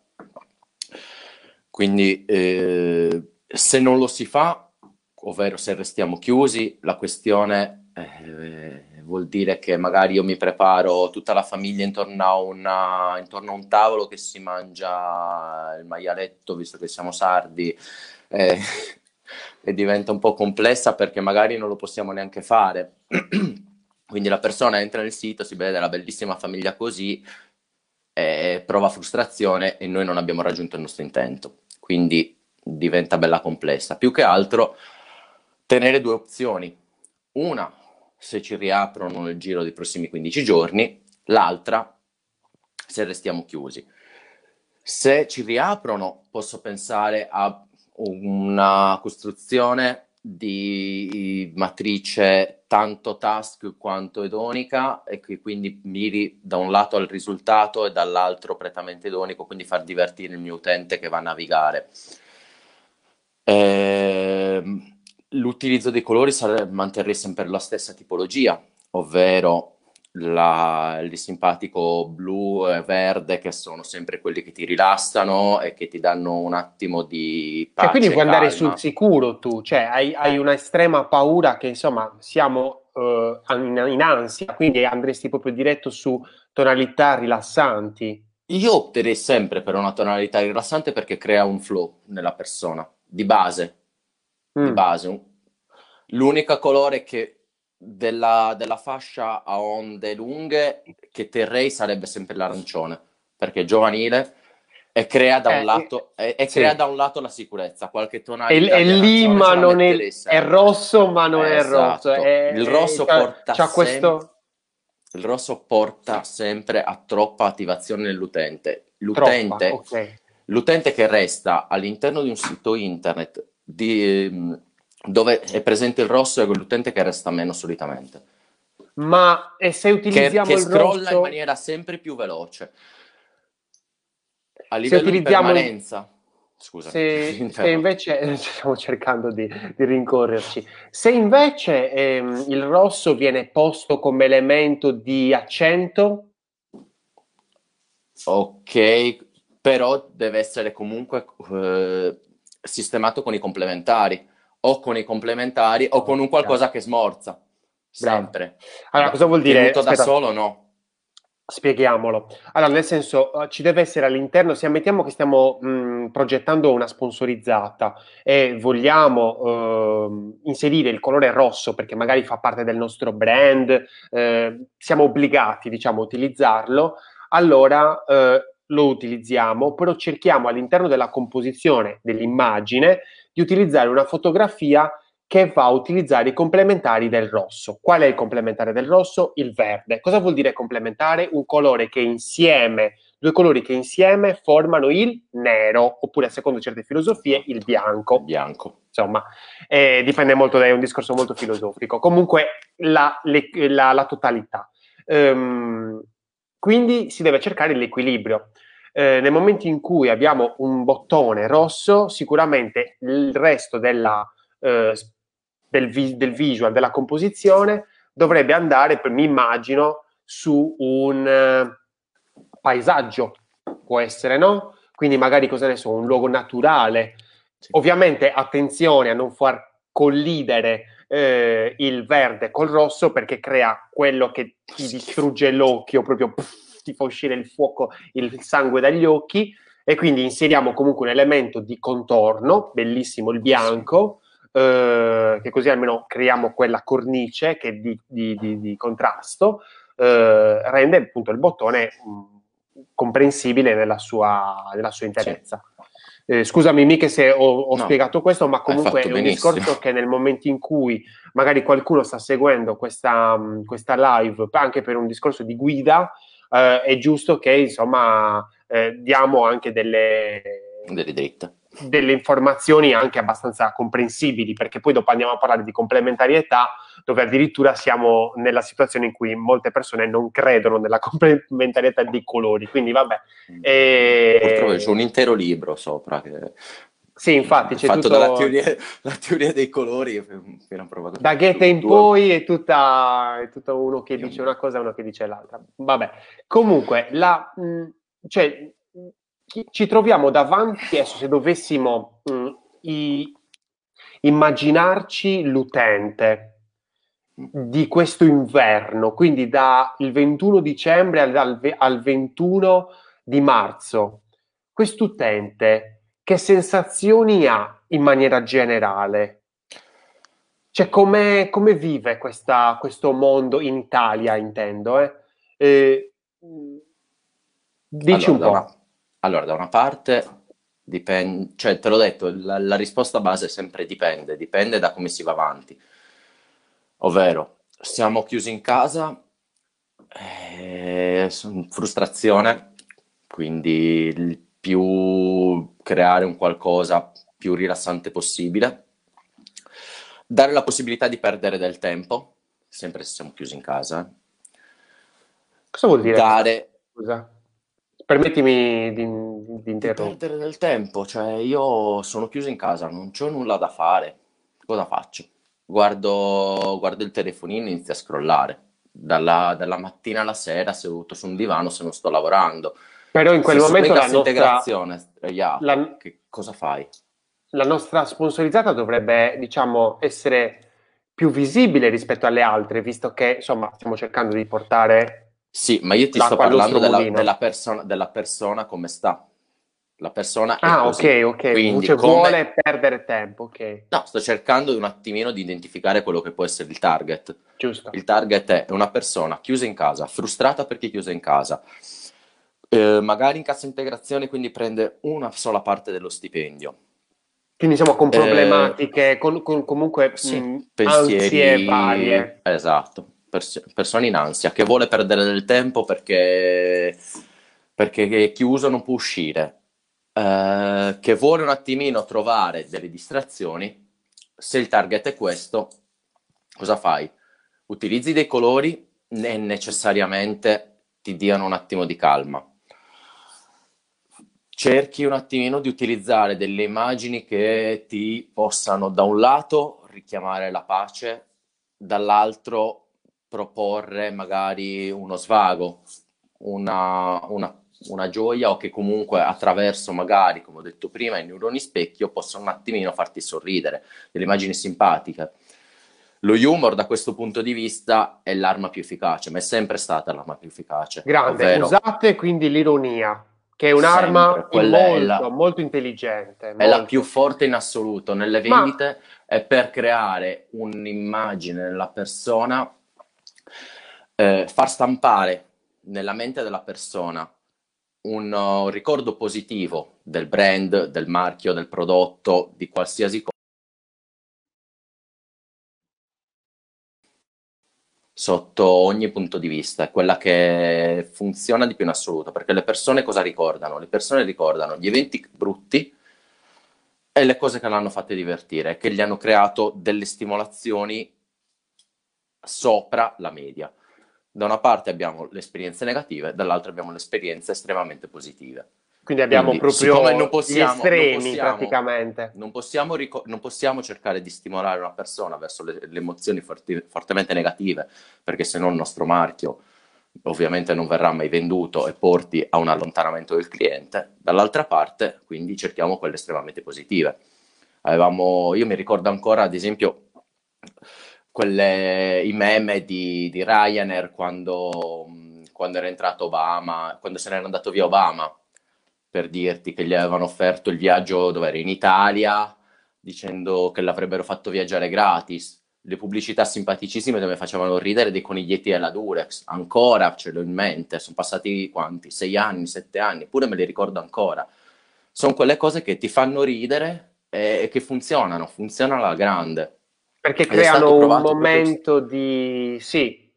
Quindi eh, se non lo si fa, ovvero se restiamo chiusi, la questione eh, vuol dire che magari io mi preparo tutta la famiglia intorno a, una, intorno a un tavolo che si mangia il maialetto, visto che siamo sardi, eh, e diventa un po' complessa perché magari non lo possiamo neanche fare. Quindi la persona entra nel sito, si vede la bellissima famiglia così, eh, prova frustrazione e noi non abbiamo raggiunto il nostro intento. Quindi diventa bella complessa. Più che altro tenere due opzioni. Una, se ci riaprono nel giro dei prossimi quindici giorni, l'altra, se restiamo chiusi. Se ci riaprono, posso pensare a una costruzione di matrice tanto task quanto edonica e che quindi miri da un lato al risultato e dall'altro prettamente edonico, quindi far divertire il mio utente che va a navigare. Ehm, L'utilizzo dei colori sarebbe manterrei sempre la stessa tipologia, ovvero la- il simpatico blu e verde che sono sempre quelli che ti rilassano e che ti danno un attimo di Cioè, quindi pace e vuoi andare sul calma. sicuro tu, cioè hai, hai una estrema paura che insomma siamo eh, in, in ansia, quindi andresti proprio diretto su tonalità rilassanti. Io opterei sempre per una tonalità rilassante perché crea un flow nella persona, di base, di Mm. base. Un- L'unica colore che della, della fascia a onde lunghe che terrei sarebbe sempre l'arancione, perché è giovanile e crea da un Eh, eh, lato, e, e crea sì, da un lato la sicurezza. Qualche è, tonalità è di lì arancione ce ma la non è, metterei è sempre. rosso ma non è rosso, Esatto. è, Il è- rosso c'ha, porta c'ha sempre questo il rosso porta sempre a troppa attivazione nell'utente. troppa, L'utente, ok. l'utente che resta all'interno di un sito internet di, ehm, dove è presente il rosso è l'utente che resta meno solitamente, Ma e se che, utilizziamo che il scrolla in rosso? maniera sempre più veloce. A Se livello di utilizziamo, permanenza, scusami, ti se, se interrompo. invece, stiamo cercando di, di rincorrerci, se invece ehm, il rosso viene posto come elemento di accento, Ok, però deve essere comunque eh, sistemato con i complementari, o con i complementari o con un ok, qualcosa che smorza, bravo. sempre. Allora, Da- cosa vuol dire? tenuto da Aspetta, solo, no. spieghiamolo. Allora, nel senso, eh, ci deve essere all'interno, se ammettiamo che stiamo mh, progettando una sponsorizzata e vogliamo ehm, inserire il colore rosso perché magari fa parte del nostro brand, eh, siamo obbligati, diciamo, a utilizzarlo, allora eh, lo utilizziamo, però cerchiamo all'interno della composizione dell'immagine di utilizzare una fotografia che va a utilizzare i complementari del rosso. Qual è il complementare del rosso? Il verde. Cosa vuol dire complementare? Un colore che insieme, due colori che insieme formano il nero, oppure secondo certe filosofie il Esatto, il bianco. bianco. Insomma, eh, dipende molto da è un discorso molto filosofico. Comunque la, le, la, la totalità. Um, quindi si deve cercare l'equilibrio. Eh, nel momento in cui abbiamo un bottone rosso, sicuramente il resto della, eh, del, vi- del visual, della composizione, dovrebbe andare, mi immagino, su un eh, paesaggio, può essere, no? Quindi magari, cosa ne so, un luogo naturale. Sì. Ovviamente attenzione a non far collidere eh, il verde col rosso perché crea quello che ti Schifo. distrugge l'occhio, proprio pff, ti fa uscire il fuoco, il sangue dagli occhi e quindi inseriamo comunque un elemento di contorno, bellissimo il Sì. bianco, eh, che così almeno creiamo quella cornice che di, di, di, di contrasto, eh, rende appunto il bottone mh, comprensibile nella sua, nella sua Sì. interezza. Eh, scusami Miche se ho, ho No, spiegato questo, ma hai comunque fatto è un benissimo. discorso che nel momento in cui magari qualcuno sta seguendo questa, questa live anche per un discorso di guida, eh, è giusto che insomma eh, diamo anche delle, Delle dritte. delle informazioni anche abbastanza comprensibili, perché poi dopo andiamo a parlare di complementarietà, dove addirittura siamo nella situazione in cui molte persone non credono nella complementarietà dei colori. Quindi vabbè. Purtroppo c'è un Eh, intero libro sopra che sì, infatti è c'è fatto dalla tutto teoria, la teoria dei colori fino a prova da contraria. Goethe Tu, in tu- poi è tutta, è tutto uno che più o dice meno. una cosa e uno che dice l'altra. Vabbè, comunque, la, mh, cioè, mh, chi- ci troviamo davanti, adesso se dovessimo mh, i- immaginarci l'utente di questo inverno, quindi dal ventuno dicembre al, al ve- al ventuno di marzo, quest'utente che sensazioni ha in maniera generale? Cioè, come, come vive questa- questo mondo in Italia, intendo, eh? Eh, mh, dici Allora, un da una, po'. allora, da una parte dipende, cioè te l'ho detto, la, la risposta base è sempre dipende, dipende da come si va avanti. Ovvero, siamo chiusi in casa, eh, son- frustrazione, quindi il più creare un qualcosa più rilassante possibile, dare la possibilità di perdere del tempo, sempre se siamo chiusi in casa, Cosa vuol dire questa dare cosa? Scusa. Permettimi di, di di interrompere. perdere del tempo, cioè io sono chiuso in casa, non c'ho nulla da fare, cosa faccio? Guardo, guardo il telefonino e inizio a scrollare, dalla, dalla mattina alla sera seduto su un divano se non sto lavorando. Però in quel Se sono in momento la cassa nostra, integrazione, sdraiato, la, che cosa fai? la nostra sponsorizzata dovrebbe, diciamo, essere più visibile rispetto alle altre, visto che, insomma, stiamo cercando di portare Sì, ma io ti sto l'acqua al parlando nostro della, mulino. della persona, della persona come sta. La persona è Ah, così. ok, ok. Quindi Cioè, come... vuole perdere tempo, ok. No, sto cercando un attimino di identificare quello che può essere il target. Giusto. Il target è una persona chiusa in casa, frustrata perché è chiusa in casa, eh, magari in cassa integrazione, quindi prende una sola parte dello stipendio. Quindi siamo con Eh, problematiche, con, con comunque sì, mh, ansie pensieri, varie. esatto, pers- persone in ansia che vuole perdere del tempo perché, perché è chiuso, non può uscire, eh, che vuole un attimino trovare delle distrazioni. Se il target è questo, cosa fai? Utilizzi dei colori e necessariamente ti diano un attimo di calma. cerchi un attimino di utilizzare delle immagini che ti possano da un lato richiamare la pace, dall'altro proporre magari uno svago, una, una- una gioia o che comunque attraverso magari, come ho detto prima, i neuroni specchio possono un attimino farti sorridere, delle immagini simpatiche. Lo humor da questo punto di vista è l'arma più efficace, ma è sempre stata l'arma più efficace, Grande, ovvero usate quindi l'ironia, che è sempre, un'arma in quella è molto, la, molto intelligente, è la più molto. forte in assoluto nelle Ma vendite, è per creare un'immagine nella persona, eh, far stampare nella mente della persona un uh, ricordo positivo del brand, del marchio, del prodotto, di qualsiasi cosa sotto ogni punto di vista, è quella che funziona di più in assoluto, perché le persone cosa ricordano? Le persone ricordano gli eventi brutti e le cose che l'hanno fatte divertire, che gli hanno creato delle stimolazioni sopra la media. Da una parte abbiamo le esperienze negative, dall'altra abbiamo le esperienze estremamente positive. quindi abbiamo Quindi, siccome non proprio gli possiamo, non estremi possiamo, praticamente. non possiamo, rico- non possiamo cercare di stimolare una persona verso le, le emozioni forti- fortemente negative, perché se no il nostro marchio ovviamente non verrà mai venduto e porti a un allontanamento del cliente. Dall'altra parte, quindi, cerchiamo quelle estremamente positive. Avevamo, io mi ricordo ancora, ad esempio, quelle, i meme di, di Ryanair quando, quando era entrato Obama, quando se n'era andato via Obama, per dirti che gli avevano offerto il viaggio dove era in Italia, dicendo che l'avrebbero fatto viaggiare gratis. Le pubblicità simpaticissime dove facevano ridere dei coniglietti della Durex, ancora ce l'ho in mente, sono passati quanti? Sei anni, sette anni, eppure me li ricordo ancora. Sono quelle cose che ti fanno ridere e, e che funzionano, funzionano alla grande. Perché Ed è stato creano un provato proprio. momento di... Sì,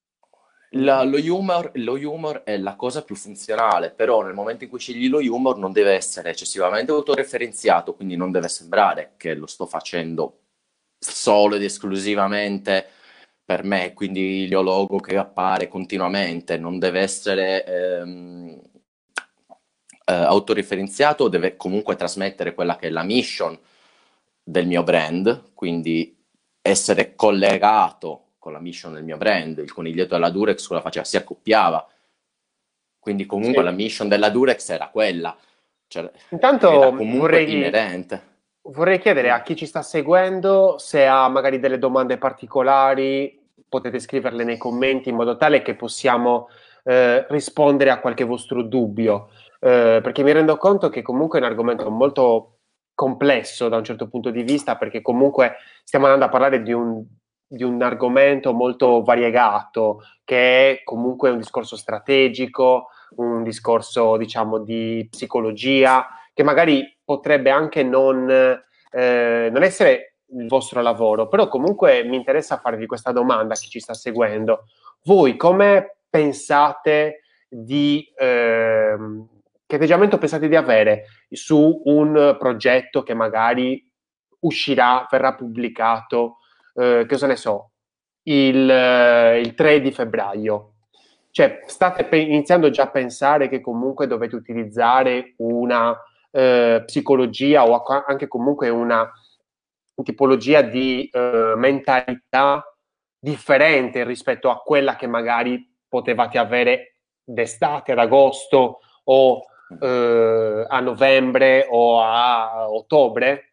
La- lo humor, lo humor è la cosa più funzionale, però nel momento in cui scegli lo humor non deve essere eccessivamente autoreferenziato, quindi non deve sembrare che lo sto facendo solo ed esclusivamente per me, quindi il mio logo che appare continuamente, non deve essere ehm, eh, autoreferenziato, deve comunque trasmettere quella che è la mission del mio brand, quindi essere collegato con la mission del mio brand. Il coniglietto della Durex cosa faceva? Si accoppiava, quindi comunque la sì. mission della Durex era quella, cioè era Intanto comunque vorrei, inerente. vorrei chiedere Mm. a chi ci sta seguendo se ha magari delle domande particolari, potete scriverle nei commenti in modo tale che possiamo eh, rispondere a qualche vostro dubbio, eh, perché mi rendo conto che comunque è un argomento molto complesso da un certo punto di vista, perché comunque stiamo andando a parlare di un, di un argomento molto variegato, che è comunque un discorso strategico, un discorso, diciamo, di psicologia, che magari potrebbe anche non, eh, non essere il vostro lavoro, però comunque mi interessa farvi questa domanda a chi ci sta seguendo. Voi come pensate di... ehm, che atteggiamento pensate di avere su un progetto che magari uscirà, verrà pubblicato, eh, che cosa ne so, il, eh, il tre di febbraio? Cioè, state pe- iniziando già a pensare che comunque dovete utilizzare una eh, psicologia o a- anche comunque una tipologia di eh, mentalità differente rispetto a quella che magari potevate avere d'estate, ad agosto o eh, a novembre o a ottobre?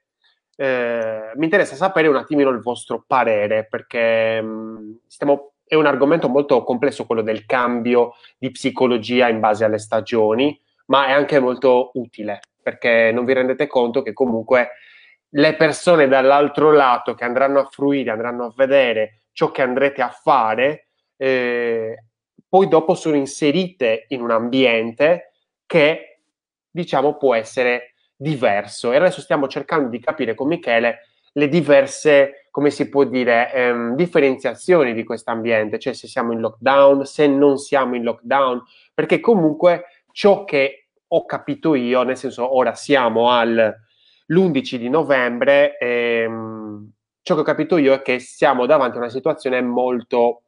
Eh, mi interessa sapere un attimino il vostro parere perché mh, stiamo, è un argomento molto complesso quello del cambio di psicologia in base alle stagioni, ma è anche molto utile perché non vi rendete conto che comunque le persone dall'altro lato che andranno a fruire, andranno a vedere ciò che andrete a fare, eh, poi dopo sono inserite in un ambiente che diciamo può essere diverso. E adesso stiamo cercando di capire con Michele le diverse, come si può dire, ehm, differenziazioni di questo ambiente, cioè se siamo in lockdown, se non siamo in lockdown, perché comunque ciò che ho capito io, nel senso ora siamo al l'undici di novembre, ehm, ciò che ho capito io è che siamo davanti a una situazione molto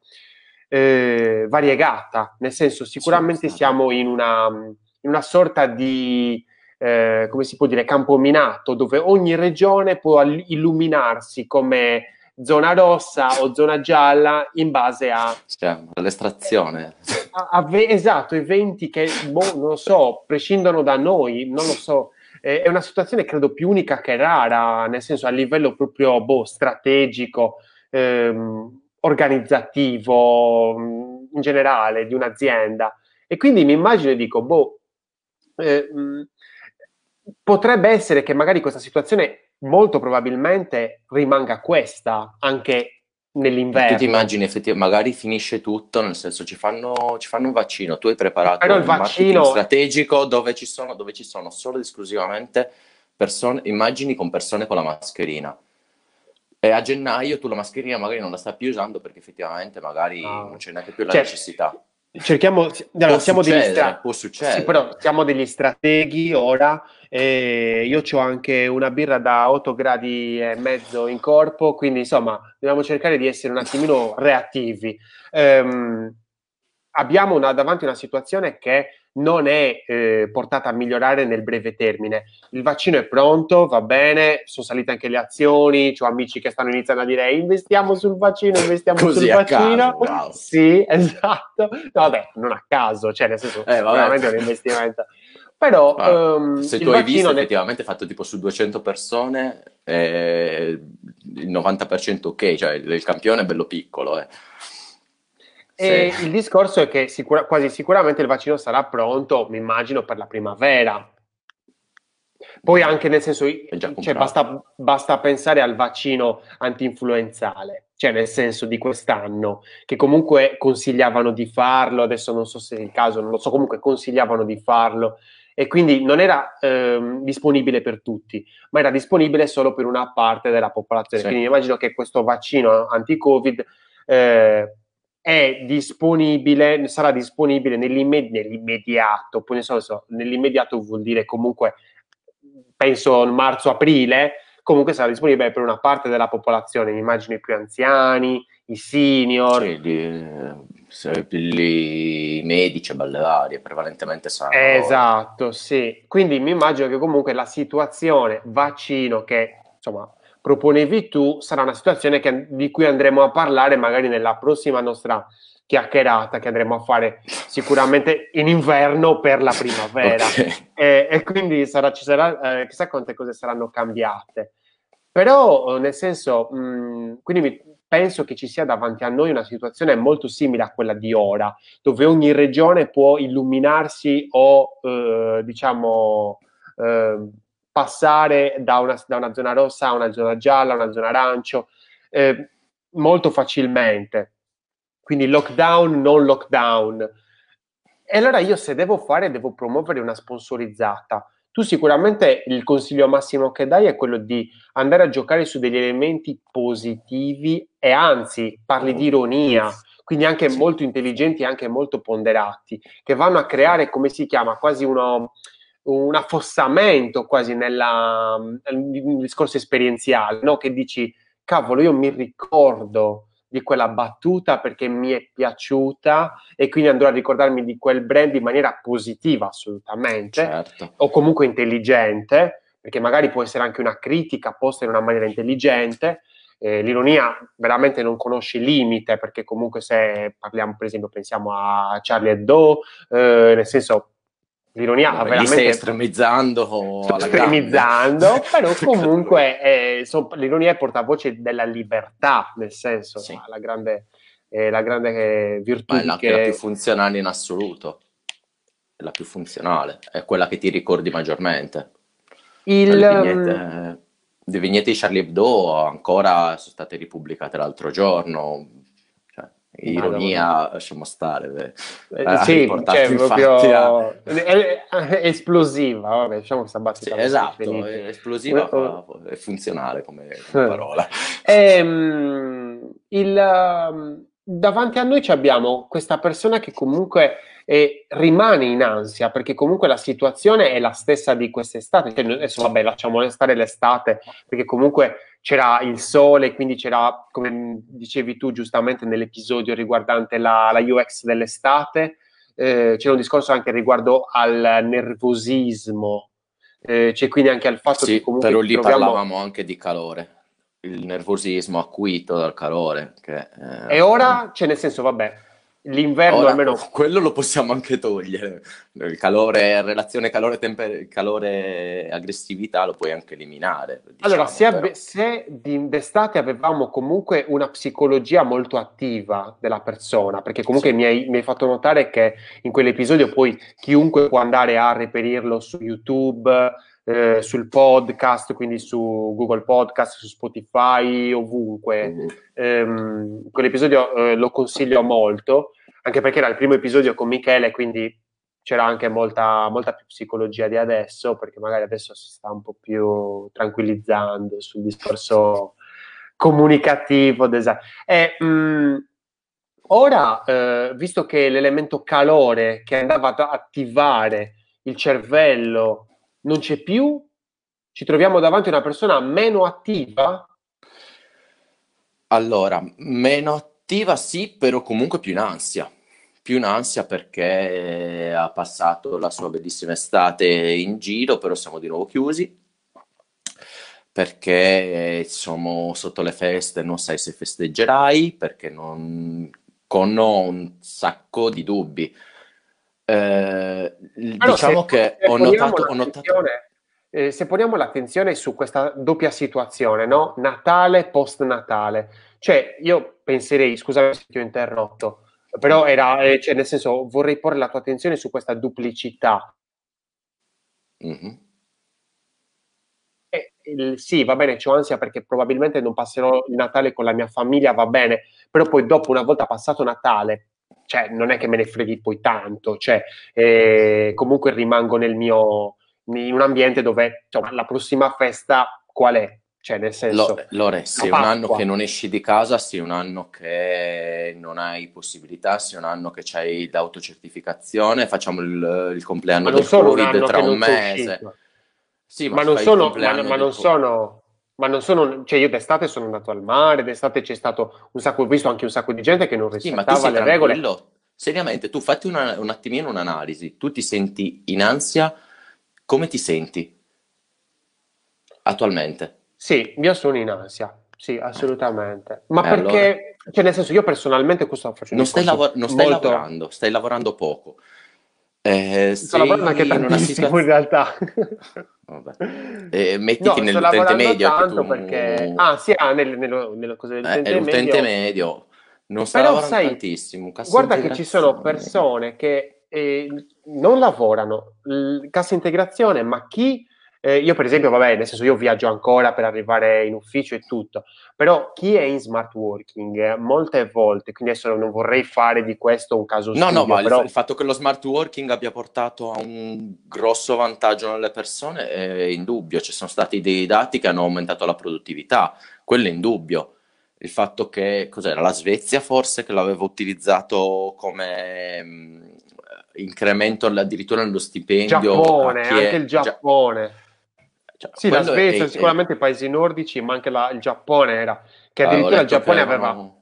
eh, variegata, nel senso Sì, sicuramente stata. siamo in una, in una sorta di eh, come si può dire, campo minato, dove ogni regione può illuminarsi come zona rossa o zona gialla in base a... Cioè, all'estrazione. a, a ve- esatto, eventi che, boh, non lo so, prescindono da noi, non lo so. Eh, è una situazione credo più unica che rara, nel senso a livello proprio, boh, strategico, ehm, organizzativo, mh, in generale, di un'azienda. E quindi mi immagino e dico, boh, eh, mh, potrebbe essere che magari questa situazione molto probabilmente rimanga questa anche E tu ti nell'inverno. immagini effettivamente, magari finisce tutto, nel senso ci fanno, ci fanno un vaccino, tu hai Però preparato il un marketing vaccino, strategico dove ci sono, dove ci sono solo ed esclusivamente persone, immagini con persone con la mascherina. E a gennaio tu la mascherina magari non la stai più usando perché effettivamente magari non ah, c'è neanche più la cioè, necessità. cerchiamo, Può allora, siamo degli succedere, stra- può sì, succedere. però siamo degli strateghi ora. E io ho anche una birra da otto gradi e mezzo in corpo, quindi insomma dobbiamo cercare di essere un attimino reattivi. Ehm, abbiamo una- davanti una situazione che non è eh, portata a migliorare nel breve termine. Il vaccino è pronto, va bene, sono salite anche le azioni, ho amici che stanno iniziando a dire investiamo sul vaccino, investiamo sul Così a caso, vaccino. wow. Sì, esatto. No, vabbè, non a caso, cioè nel senso Eh, vabbè. sicuramente è un investimento. Però Ma ehm, se il tu hai visto, vaccino ne- effettivamente è fatto tipo su duecento persone, eh, il novanta per cento ok, cioè il campione è bello piccolo, eh. Se... e il discorso è che sicura- quasi sicuramente il vaccino sarà pronto, mi immagino, per la primavera. Poi anche nel senso, è già cioè comprato. basta, basta pensare al vaccino anti-influenzale, cioè nel senso di quest'anno, che comunque consigliavano di farlo, adesso non so se è il caso, non lo so, comunque consigliavano di farlo e quindi non era ehm, disponibile per tutti, ma era disponibile solo per una parte della popolazione. Sì. Quindi mi immagino che questo vaccino anti-Covid eh, è disponibile, sarà disponibile nell'imme- nell'immediato, poi ne so, so, nell'immediato vuol dire comunque penso marzo-aprile, comunque sarà disponibile per una parte della popolazione, mi immagino i più anziani, i senior. Sì, li, se- li- i medici e balle varie, prevalentemente saranno loro. Esatto, sì. Quindi mi immagino che comunque la situazione vaccino che insomma proponevi tu sarà una situazione che- di cui andremo a parlare magari nella prossima nostra chiacchierata che andremo a fare sicuramente in inverno per la Ok. primavera. E, e quindi sarà, ci sarà, eh, chissà quante cose saranno cambiate. Però, eh, nel senso, mh, quindi mi- penso che ci sia davanti a noi una situazione molto simile a quella di ora, dove ogni regione può illuminarsi o, eh, diciamo, eh, passare da una, da una zona rossa a una zona gialla, a una zona arancio, eh, molto facilmente. Quindi lockdown, non lockdown. E allora io se devo fare, devo promuovere una sponsorizzata. Tu sicuramente il consiglio massimo che dai è quello di andare a giocare su degli elementi positivi e anzi parli di ironia, quindi anche Sì. molto intelligenti e anche molto ponderati, che vanno a creare, come si chiama, quasi uno, un affossamento quasi nella, nel discorso esperienziale, no? Che dici, cavolo, io mi ricordo di quella battuta perché mi è piaciuta e quindi andrò a ricordarmi di quel brand in maniera positiva assolutamente Certo. o comunque intelligente, perché magari può essere anche una critica posta in una maniera intelligente. Eh, l'ironia veramente non conosce limite, perché comunque se parliamo, per esempio, pensiamo a Charlie Hebdo, eh, nel senso, l'ironia ha Vabbè, lì stai veramente estremizzando sto alla grande. estremizzando, però comunque eh, so, l'ironia è portavoce della libertà, nel senso, Sì, la grande, eh, la grande eh, ma virtù è di anche la più che funzionale in assoluto. È la più funzionale, è quella che ti ricordi maggiormente. Cioè, il... le Um, vignette, le vignette di Charlie Hebdo ancora sono state ripubblicate l'altro giorno. Cioè, Madonna. ironia, lasciamo stare, beh, Eh, ha sì, riportato cioè infatti a... proprio è, è esplosiva, vabbè, diciamo questa Sì, battuta così esatto, felice. è esplosiva, Un- un- fa- è funzionale come, come parola. Ehm, il, um, davanti a noi ci abbiamo questa persona che comunque eh, rimane in ansia perché comunque la situazione è la stessa di quest'estate. Cioè, adesso vabbè, lasciamo stare l'estate perché comunque c'era il sole, quindi c'era, come dicevi tu giustamente nell'episodio riguardante la, la U X dell'estate, eh, c'era un discorso anche riguardo al nervosismo eh, c'è quindi anche al fatto che Sì, comunque però ci lì troviamo... parlavamo anche di calore, il nervosismo acuito dal calore, che E eh, ora, cioè nel senso, vabbè, l'inverno ora almeno... quello lo possiamo anche togliere. Il calore, relazione calore-temper- calore-aggressività lo puoi anche eliminare, Allora, diciamo, se, però. abbe- se di- d'estate avevamo comunque una psicologia molto attiva della persona, perché comunque Sì. mi hai, mi hai fatto notare che in quell'episodio poi chiunque può andare a reperirlo su YouTube, eh, sul podcast, quindi su Google Podcast, su Spotify, ovunque. Mhm. Ehm, quell'episodio eh, lo consiglio molto, anche perché era il primo episodio con Michele, quindi c'era anche molta, molta più psicologia di adesso, perché magari adesso si sta un po' più tranquillizzando sul discorso comunicativo. Design. E, mh, ora, eh, visto che l'elemento calore che andava ad attivare il cervello non c'è più, ci troviamo davanti a una persona meno attiva. Allora, meno attiva sì, però comunque più in ansia. Più in ansia perché ha passato la sua bellissima estate in giro, però siamo di nuovo chiusi. Perché eh, siamo sotto le feste, non sai se festeggerai, perché non con un sacco di dubbi. Eh, Però se, diciamo che se ho poniamo notato, ho notato. l'attenzione, eh, se poniamo l'attenzione su questa doppia situazione, no? Natale, post-Natale, cioè io penserei, scusami se ti ho interrotto, però era, eh, cioè, nel senso, vorrei porre la tua attenzione su questa duplicità. Mhm. Eh, il- sì, va bene, c'ho ansia perché probabilmente non passerò il Natale con la mia famiglia, va bene, però poi dopo, una volta passato Natale, cioè non è che me ne freghi poi tanto, cioè eh, comunque rimango nel mio, in un ambiente dove, insomma, la prossima festa qual è? Cioè, nel Lo- senso, Lore, la se un anno che Pasqua. non esci di casa, se un anno che non hai possibilità, se un anno che c'hai l'autocertificazione, facciamo il, il Ma compleanno non del sono un Covid anno tra che un non sono mese. uscito. Sì, ma Ma non fai il sono, ma, compleanno ma del non Covid. sono, ma non sono, cioè io d'estate sono andato al mare, d'estate c'è stato un sacco, ho visto anche un sacco di gente che non Sì, ma tu rispettava sei le regole. tranquillo? Seriamente, tu fatti una- un attimino un'analisi. Tu ti senti in ansia? Come ti senti attualmente? Sì, io sono in ansia, sì, Eh, assolutamente. Ma e allora? perché, cioè nel senso, io personalmente, questo faccio un Non stai, discorso lavo- non stai molto... lavorando, stai lavorando poco. Eh, Sto lavorando anche sei in una tantissimo in situazione. realtà. Vabbè. Eh, mettiti No, sto nell'utente lavorando medio, che tanto perché... tu Ah, sì, ah, nel- nello, nelle cose eh, è dell'utente l'utente medio. medio, non sta Però lavorando sai, tantissimo, cassa guarda che ci sono integrazione. persone che eh, non lavorano, l- cassa integrazione, ma chi, eh, io per esempio, vabbè, nel senso io viaggio ancora per arrivare in ufficio e tutto, però chi è in smart working eh, molte volte, quindi adesso non vorrei fare di questo un caso No, no, studio, ma il, fa- però il fatto che lo smart working abbia portato a un grosso vantaggio nelle persone è indubbio. Ci sono stati dei dati che hanno aumentato la produttività, quello è indubbio. Il fatto che, cos'era, la Svezia forse che l'aveva utilizzato come mh, incremento addirittura nello stipendio a Giappone, chi anche il è già... Giappone. Cioè, Sì, la quello è... Svezia, è- è- sicuramente i paesi nordici, ma anche la- il Giappone era, che avevo addirittura il letto che Giappone aveva, avevano...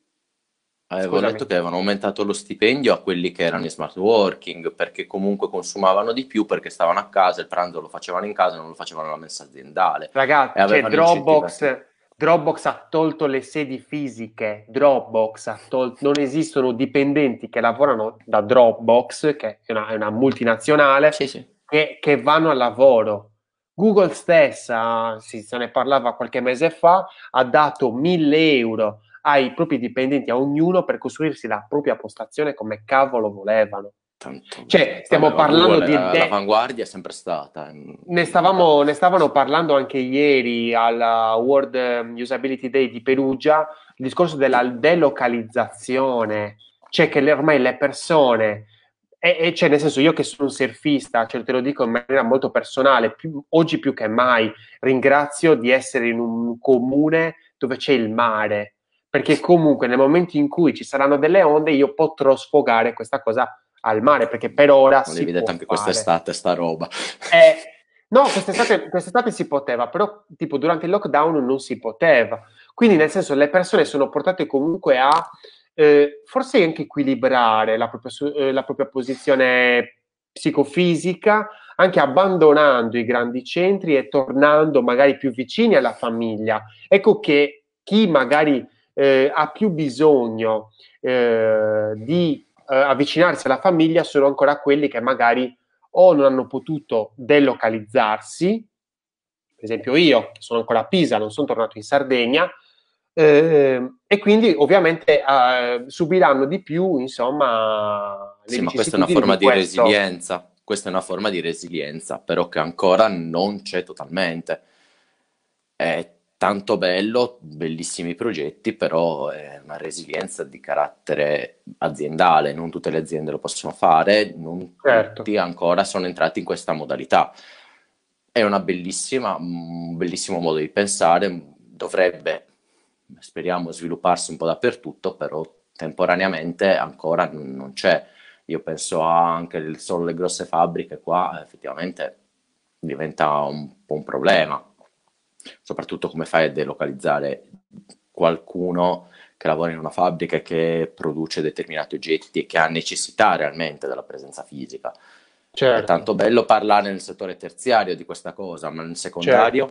Avevo letto scusami. che avevano aumentato lo stipendio a quelli che erano in smart working perché comunque consumavano di più perché stavano a casa, il pranzo lo facevano in casa, non lo facevano alla mensa aziendale e Ragazzi, c'è avevano incentivato. Dropbox. Dropbox ha tolto le sedi fisiche. Dropbox ha tolto, non esistono dipendenti che lavorano da Dropbox, che è una, è una multinazionale, Sì, sì. che, che vanno al lavoro. Google stessa, sì, se ne parlava qualche mese fa, ha dato mille euro ai propri dipendenti, a ognuno, per costruirsi la propria postazione come cavolo volevano. Tanto, Cioè, vabbè, stiamo ma parlando Google è di, la- de- l'avanguardia è sempre stata. mm, ne da- stavamo, ne stavano parlando anche ieri alla World ehm, Usability Day di Perugia, il discorso della delocalizzazione, cioè che le- ormai le persone, e, e cioè nel senso io che sono un surfista, cioè te lo dico in maniera molto personale, più- oggi più che mai ringrazio di essere in un comune dove c'è il mare, perché comunque nel momento in cui ci saranno delle onde io potrò sfogare questa cosa al mare, perché per ora L'avevi si detto può anche fare. quest'estate, sta roba. Eh, no, quest'estate, quest'estate si poteva, però tipo durante il lockdown non si poteva. Quindi nel senso le persone sono portate comunque a eh, forse anche equilibrare la propria, su- eh, la propria posizione psicofisica, anche abbandonando i grandi centri e tornando magari più vicini alla famiglia. Ecco che chi magari eh, ha più bisogno eh, di eh, avvicinarsi alla famiglia sono ancora quelli che magari o non hanno potuto delocalizzarsi, per esempio io, che sono ancora a Pisa, non sono tornato in Sardegna, eh, e quindi ovviamente eh, subiranno di più, insomma, le Sì, ma questa è una vicissitudini forma di di questo. resilienza, questa è una forma di resilienza, però che ancora non c'è totalmente. È tanto bello, bellissimi progetti, però è una resilienza di carattere aziendale, non tutte le aziende lo possono fare, non Certo. tutti ancora sono entrati in questa modalità. È una bellissima, un bellissimo modo di pensare, dovrebbe, speriamo, svilupparsi un po' dappertutto, però temporaneamente ancora non non c'è. Io penso a anche il- solo le grosse fabbriche qua, effettivamente diventa un po' un problema, soprattutto come fai a delocalizzare qualcuno che lavora in una fabbrica e che produce determinati oggetti e che ha necessità realmente della presenza fisica. È Certo, tanto bello parlare nel settore terziario di questa cosa, ma nel certo. secondario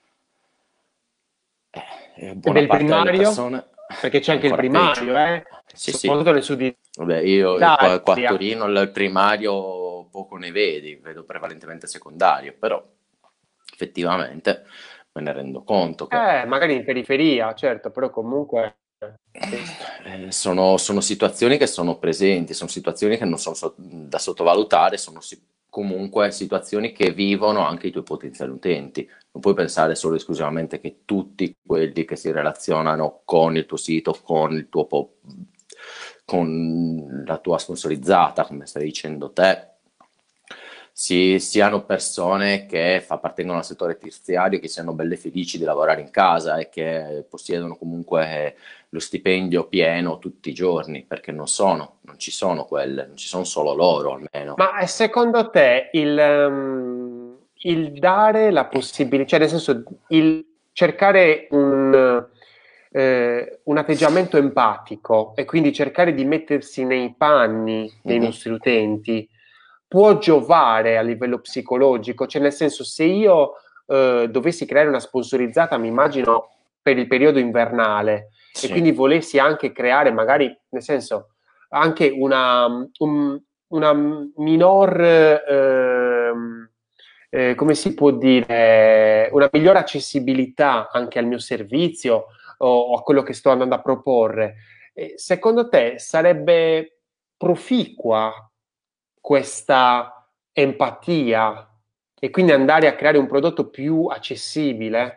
eh, E buona del parte delle primario? persone Perché c'è è anche il ancora peggio. primario, eh? Sì, sì. Soprattutto nel sud Vabbè, io io qua, qua a Italia. Torino il primario poco ne vedi, vedo prevalentemente secondario, però effettivamente me ne rendo conto che Eh, magari in periferia, certo, però comunque sì. eh, sono, sono situazioni che sono presenti, sono situazioni che non sono so- da sottovalutare, sono si- comunque situazioni che vivono anche i tuoi potenziali utenti. Non puoi pensare solo e esclusivamente che tutti quelli che si relazionano con il tuo sito, con il tuo po- con la tua sponsorizzata, come stai dicendo te, si, siano persone che fa- appartengono al settore terziario, che siano belle felici di lavorare in casa e che possiedono comunque lo stipendio pieno tutti i giorni, perché non sono, non ci sono quelle, non ci sono solo loro almeno. Ma eh, secondo te il, ehm, il dare la possibilità, cioè nel senso il cercare un, eh, un atteggiamento empatico e quindi cercare di mettersi nei panni dei Mhm. nostri utenti può giovare a livello psicologico? Cioè nel senso se io eh, dovessi creare una sponsorizzata, mi immagino per il periodo invernale e Sì, quindi volessi anche creare magari, nel senso, anche una, un, una minor, ehm, eh, come si può dire, una migliore accessibilità anche al mio servizio o, o a quello che sto andando a proporre. Eh, secondo te sarebbe proficua questa empatia e quindi andare a creare un prodotto più accessibile?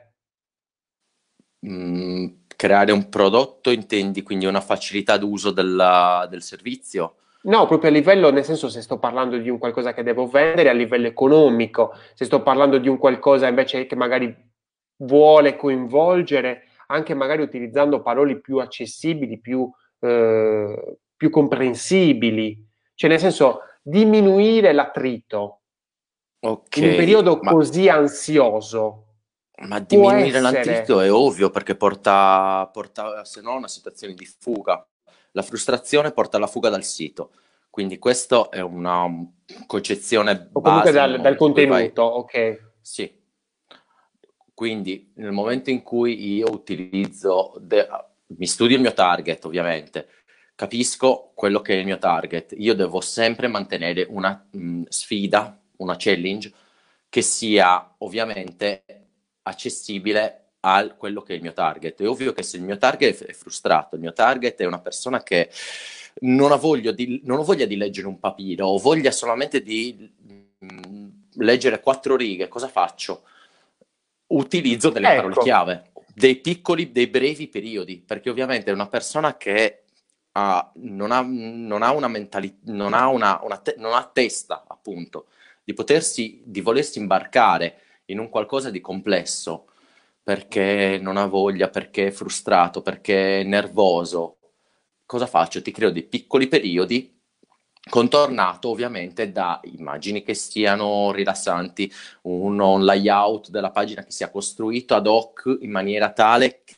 Mm, creare un prodotto intendi quindi una facilità d'uso della- del servizio? No, proprio a livello, nel senso se sto parlando di un qualcosa che devo vendere a livello economico, se sto parlando di un qualcosa invece che magari vuole coinvolgere, anche magari utilizzando parole più accessibili, più, eh, più comprensibili, cioè nel senso diminuire l'attrito Ok, in un periodo ma, così ansioso ma può diminuire l'attrito essere, è ovvio perché porta, porta se no a una situazione di fuga. La frustrazione porta alla fuga dal sito. Quindi questa è una concezione o comunque base nel dal, dal momento in cui vai. contenuto, ok. Sì, quindi nel momento in cui io utilizzo, de- mi studio il mio target ovviamente, capisco quello che è il mio target, io devo sempre mantenere una mh, sfida, una challenge che sia ovviamente accessibile a quello che è il mio target. È ovvio che se il mio target è frustrato, il mio target è una persona che non ha voglia di, non ha voglia di leggere un papiro, ho voglia solamente di mh, leggere quattro righe, cosa faccio? Utilizzo delle parole Ecco, chiave, dei piccoli, dei brevi periodi, perché ovviamente è una persona che ha, non, ha, non ha una mentalità, non ha una, una te- non ha testa, appunto, di potersi, di volersi imbarcare in un qualcosa di complesso, perché non ha voglia, perché è frustrato, perché è nervoso. Cosa faccio? Ti creo dei piccoli periodi contornato ovviamente da immagini che siano rilassanti, un, un layout della pagina che sia costruito ad hoc in maniera tale che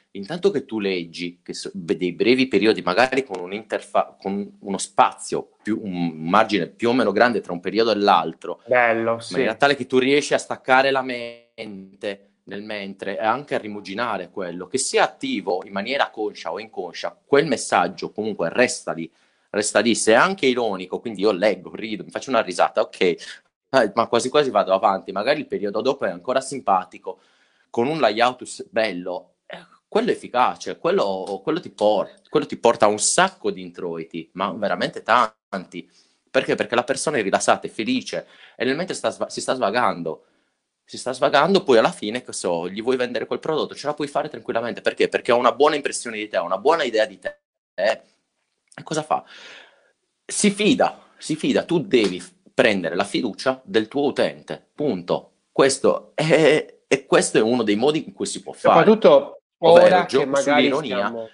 intanto che tu leggi che so, dei brevi periodi, magari con un'interfaccia, con uno spazio, più, un margine più o meno grande tra un periodo e l'altro, Bello, in sì. maniera tale che tu riesci a staccare la mente nel mentre e anche a rimuginare quello, che sia attivo in maniera conscia o inconscia, quel messaggio comunque resta lì, resta lì, se è anche ironico, quindi io leggo, rido, mi faccio una risata, ok, eh, ma quasi quasi vado avanti, magari il periodo dopo è ancora simpatico, con un layout bello, eh, quello è efficace, quello, quello, ti por- quello ti porta a un sacco di introiti, ma veramente tanti. Perché? Perché la persona è rilassata, è felice, e nel mentre sta, si sta svagando, si sta svagando, poi alla fine, che so, gli vuoi vendere quel prodotto, ce la puoi fare tranquillamente. Perché? Perché ha una buona impressione di te, ha una buona idea di te. Eh? E cosa fa? Si fida, si fida, tu devi prendere la fiducia del tuo utente, punto. Questo è, e questo è uno dei modi in cui si può fare, Soprattutto ovvero ora che gioco magari sull'ironia, siamo...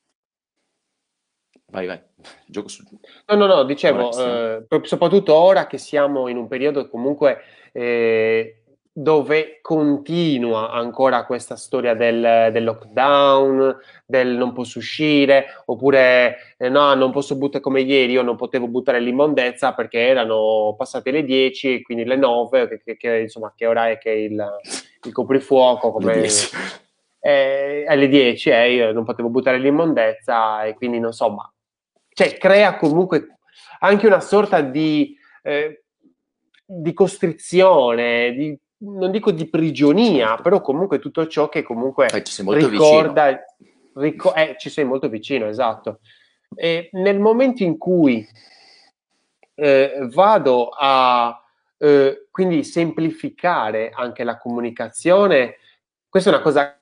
vai vai, gioco su... No, no, no, Ora che dicevo, siamo... eh, pro- soprattutto ora che siamo in un periodo comunque eh, dove continua ancora questa storia del, del lockdown, del non posso uscire, oppure eh, no, non posso buttare come ieri, io non potevo buttare l'immondezza perché erano passate le dieci e quindi le nove, che, che- che, insomma, che ora è che il, il coprifuoco, Le come... dieci. eh, alle dieci eh, io non potevo buttare l'immondezza e quindi non so, ma cioè crea comunque anche una sorta di, eh, di costrizione, di, non dico di prigionia, Certo. però comunque tutto ciò che comunque Eh, ci sei molto vicino. ricorda, ric- eh, ci sei molto vicino, esatto. E nel momento in cui eh, vado a eh, quindi semplificare anche la comunicazione, questa è una cosa,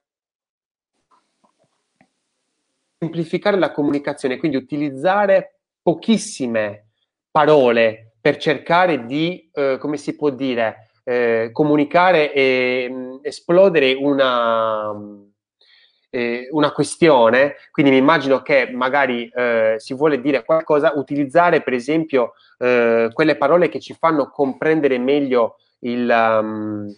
semplificare la comunicazione, quindi utilizzare pochissime parole per cercare di, eh, come si può dire, eh, comunicare e mh, esplodere una, eh, una questione. Quindi mi immagino che magari eh, si vuole dire qualcosa, utilizzare per esempio eh, quelle parole che ci fanno comprendere meglio il... Um,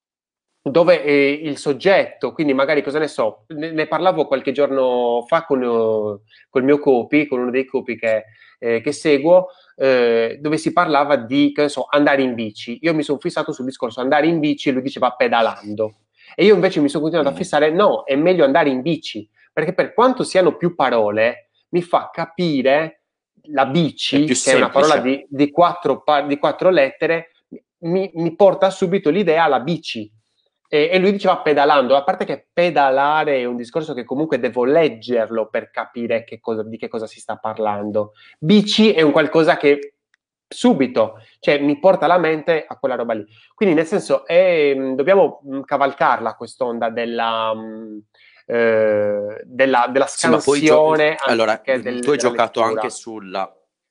dove è il soggetto, quindi magari cosa ne so, ne, ne parlavo qualche giorno fa con uh, col mio copy, con uno dei copy che, eh, che seguo, eh, dove si parlava di, che ne so, andare in bici. Io mi sono fissato sul discorso andare in bici e lui diceva pedalando. E io invece mi sono continuato a Mm. fissare, no, è meglio andare in bici, perché per quanto siano più parole, mi fa capire la È più bici, che è una parola semplice. di, di, quattro, di quattro lettere, mi, mi porta subito l'idea alla bici. E, e lui diceva pedalando, a parte che pedalare è un discorso che comunque devo leggerlo per capire che cosa, di che cosa si sta parlando. Bici è un qualcosa che subito, cioè mi porta alla mente a quella roba lì. Quindi nel senso è, dobbiamo mh, cavalcarla quest'onda della, mh, eh, della, della Sì, ma poi gio- scansione allora, anziché del- tu hai della giocato anche lettura. sulla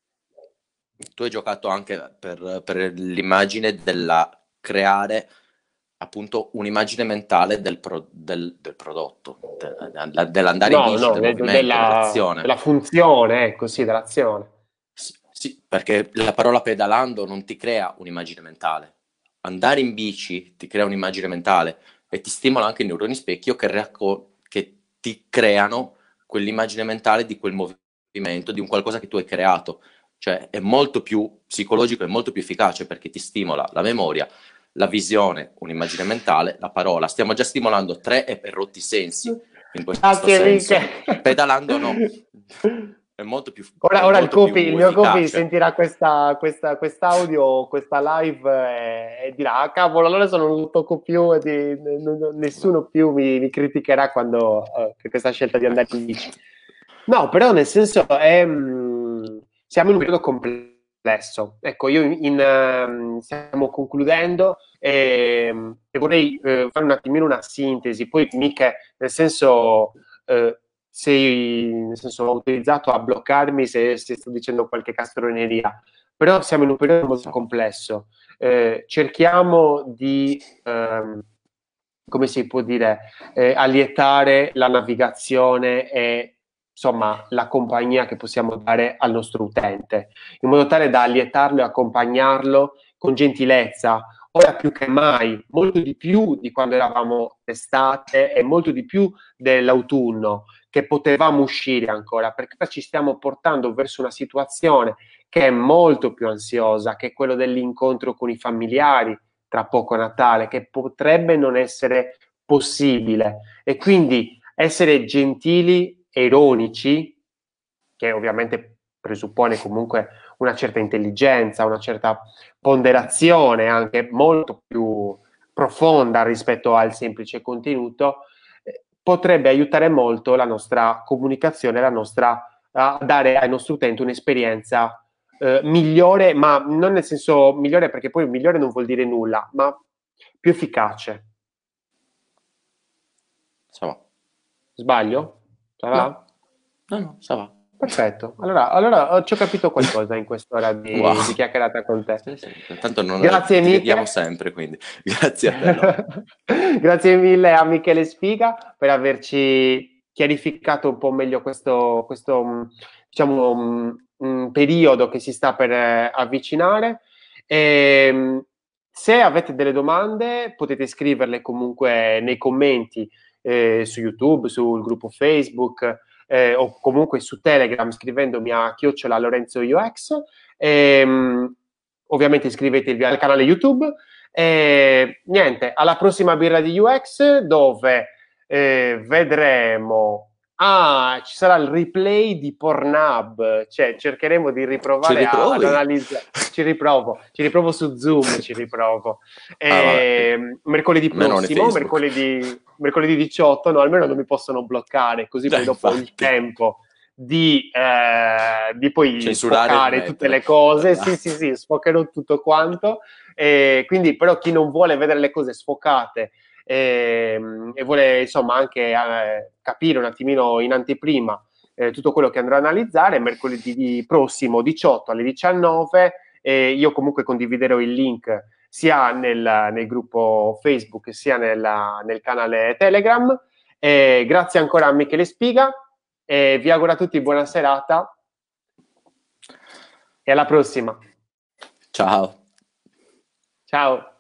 tu hai giocato anche per, per l'immagine della creare appunto un'immagine mentale del, pro- del- del prodotto, de- dell'andare in No, bici, no, del de- movimento, della, dell'azione. della funzione, ecco, sì, dell'azione. Sì, sì, perché la parola pedalando non ti crea un'immagine mentale. Andare in bici ti crea un'immagine mentale e ti stimola anche i neuroni specchio che, racco- che ti creano quell'immagine mentale di quel movimento, di un qualcosa che tu hai creato. Cioè è molto più psicologico e molto più efficace perché ti stimola la memoria, la visione, un'immagine mentale, la parola. Stiamo già stimolando tre e rotti sensi in questo Grazie senso. Miche. Pedalando no, è molto più, è Ora, ora il, molto copy, il più mio copy efficace. sentirà questa, questa, quest'audio, questa live e, e dirà: ah, cavolo, allora se non lo tocco più e di- n- n- nessuno più mi, mi criticherà quando eh, per questa scelta di andare in bici. No, però nel senso è, mh, siamo in un periodo complesso. Ecco, io in, in, ehm, stiamo concludendo e, e vorrei eh, fare un attimino una sintesi. Poi, Miche, nel senso, eh, sei nel senso, autorizzato a bloccarmi se, se sto dicendo qualche castroneria, però siamo in un periodo molto So. complesso. Eh, cerchiamo di, ehm, come si può dire, eh, allietare la navigazione e insomma la compagnia che possiamo dare al nostro utente, in modo tale da allietarlo e accompagnarlo con gentilezza, ora più che mai, molto di più di quando eravamo d'estate e molto di più dell'autunno, che potevamo uscire ancora, perché ora ci stiamo portando verso una situazione che è molto più ansiosa, che è quello dell'incontro con i familiari tra poco Natale, che potrebbe non essere possibile. E quindi essere gentili e ironici, che ovviamente presuppone comunque una certa intelligenza, una certa ponderazione anche molto più profonda rispetto al semplice contenuto, eh, potrebbe aiutare molto la nostra comunicazione, la nostra, a dare ai nostri utenti un'esperienza eh, migliore, ma non nel senso migliore, perché poi migliore non vuol dire nulla, ma più efficace. Ça va. Sbaglio? No, Sarà? no, no, ça va. Perfetto. Allora, allora eh, ci ho capito qualcosa in quest'ora Wow. di, di chiacchierata con te. Sì, sì, tanto non Grazie divaghiamo Miche. sempre, quindi grazie a te. Allora. Grazie mille a Michele Spiga per averci chiarificato un po' meglio questo, questo mh, diciamo, mh, mh, periodo che si sta per eh, avvicinare. E, mh, se avete delle domande potete scriverle comunque nei commenti eh, su YouTube, sul gruppo Facebook eh, o comunque su Telegram scrivendomi a chiocciola Lorenzo U X. E, mh, ovviamente iscrivetevi al canale YouTube. E niente, alla prossima birra di U X dove eh, vedremo. Ah, ci sarà il replay di Pornhub, cioè cercheremo di Ci riprovare a- ad riprovi? analizzare. Ci riprovo, ci riprovo su Zoom, ci riprovo. Ah, vabbè. E, mercoledì A me non è prossimo, Facebook. mercoledì, mercoledì diciotto, no, almeno non mi possono bloccare, così Dai, poi dopo ho il infatti. tempo di, eh, di poi Censurare e sfocare tutte rimettere. le cose. Sì, sì, Esatto. sì, sfocherò tutto quanto. E quindi, però, chi non vuole vedere le cose sfocate e, e vuole insomma anche eh, capire un attimino in anteprima eh, tutto quello che andrò a analizzare, mercoledì prossimo diciotto alle diciannove. E io comunque condividerò il link sia nel, nel gruppo Facebook sia nella, nel canale Telegram. E grazie ancora a Michele Spiga e vi auguro a tutti buona serata e alla prossima. Ciao. Ciao.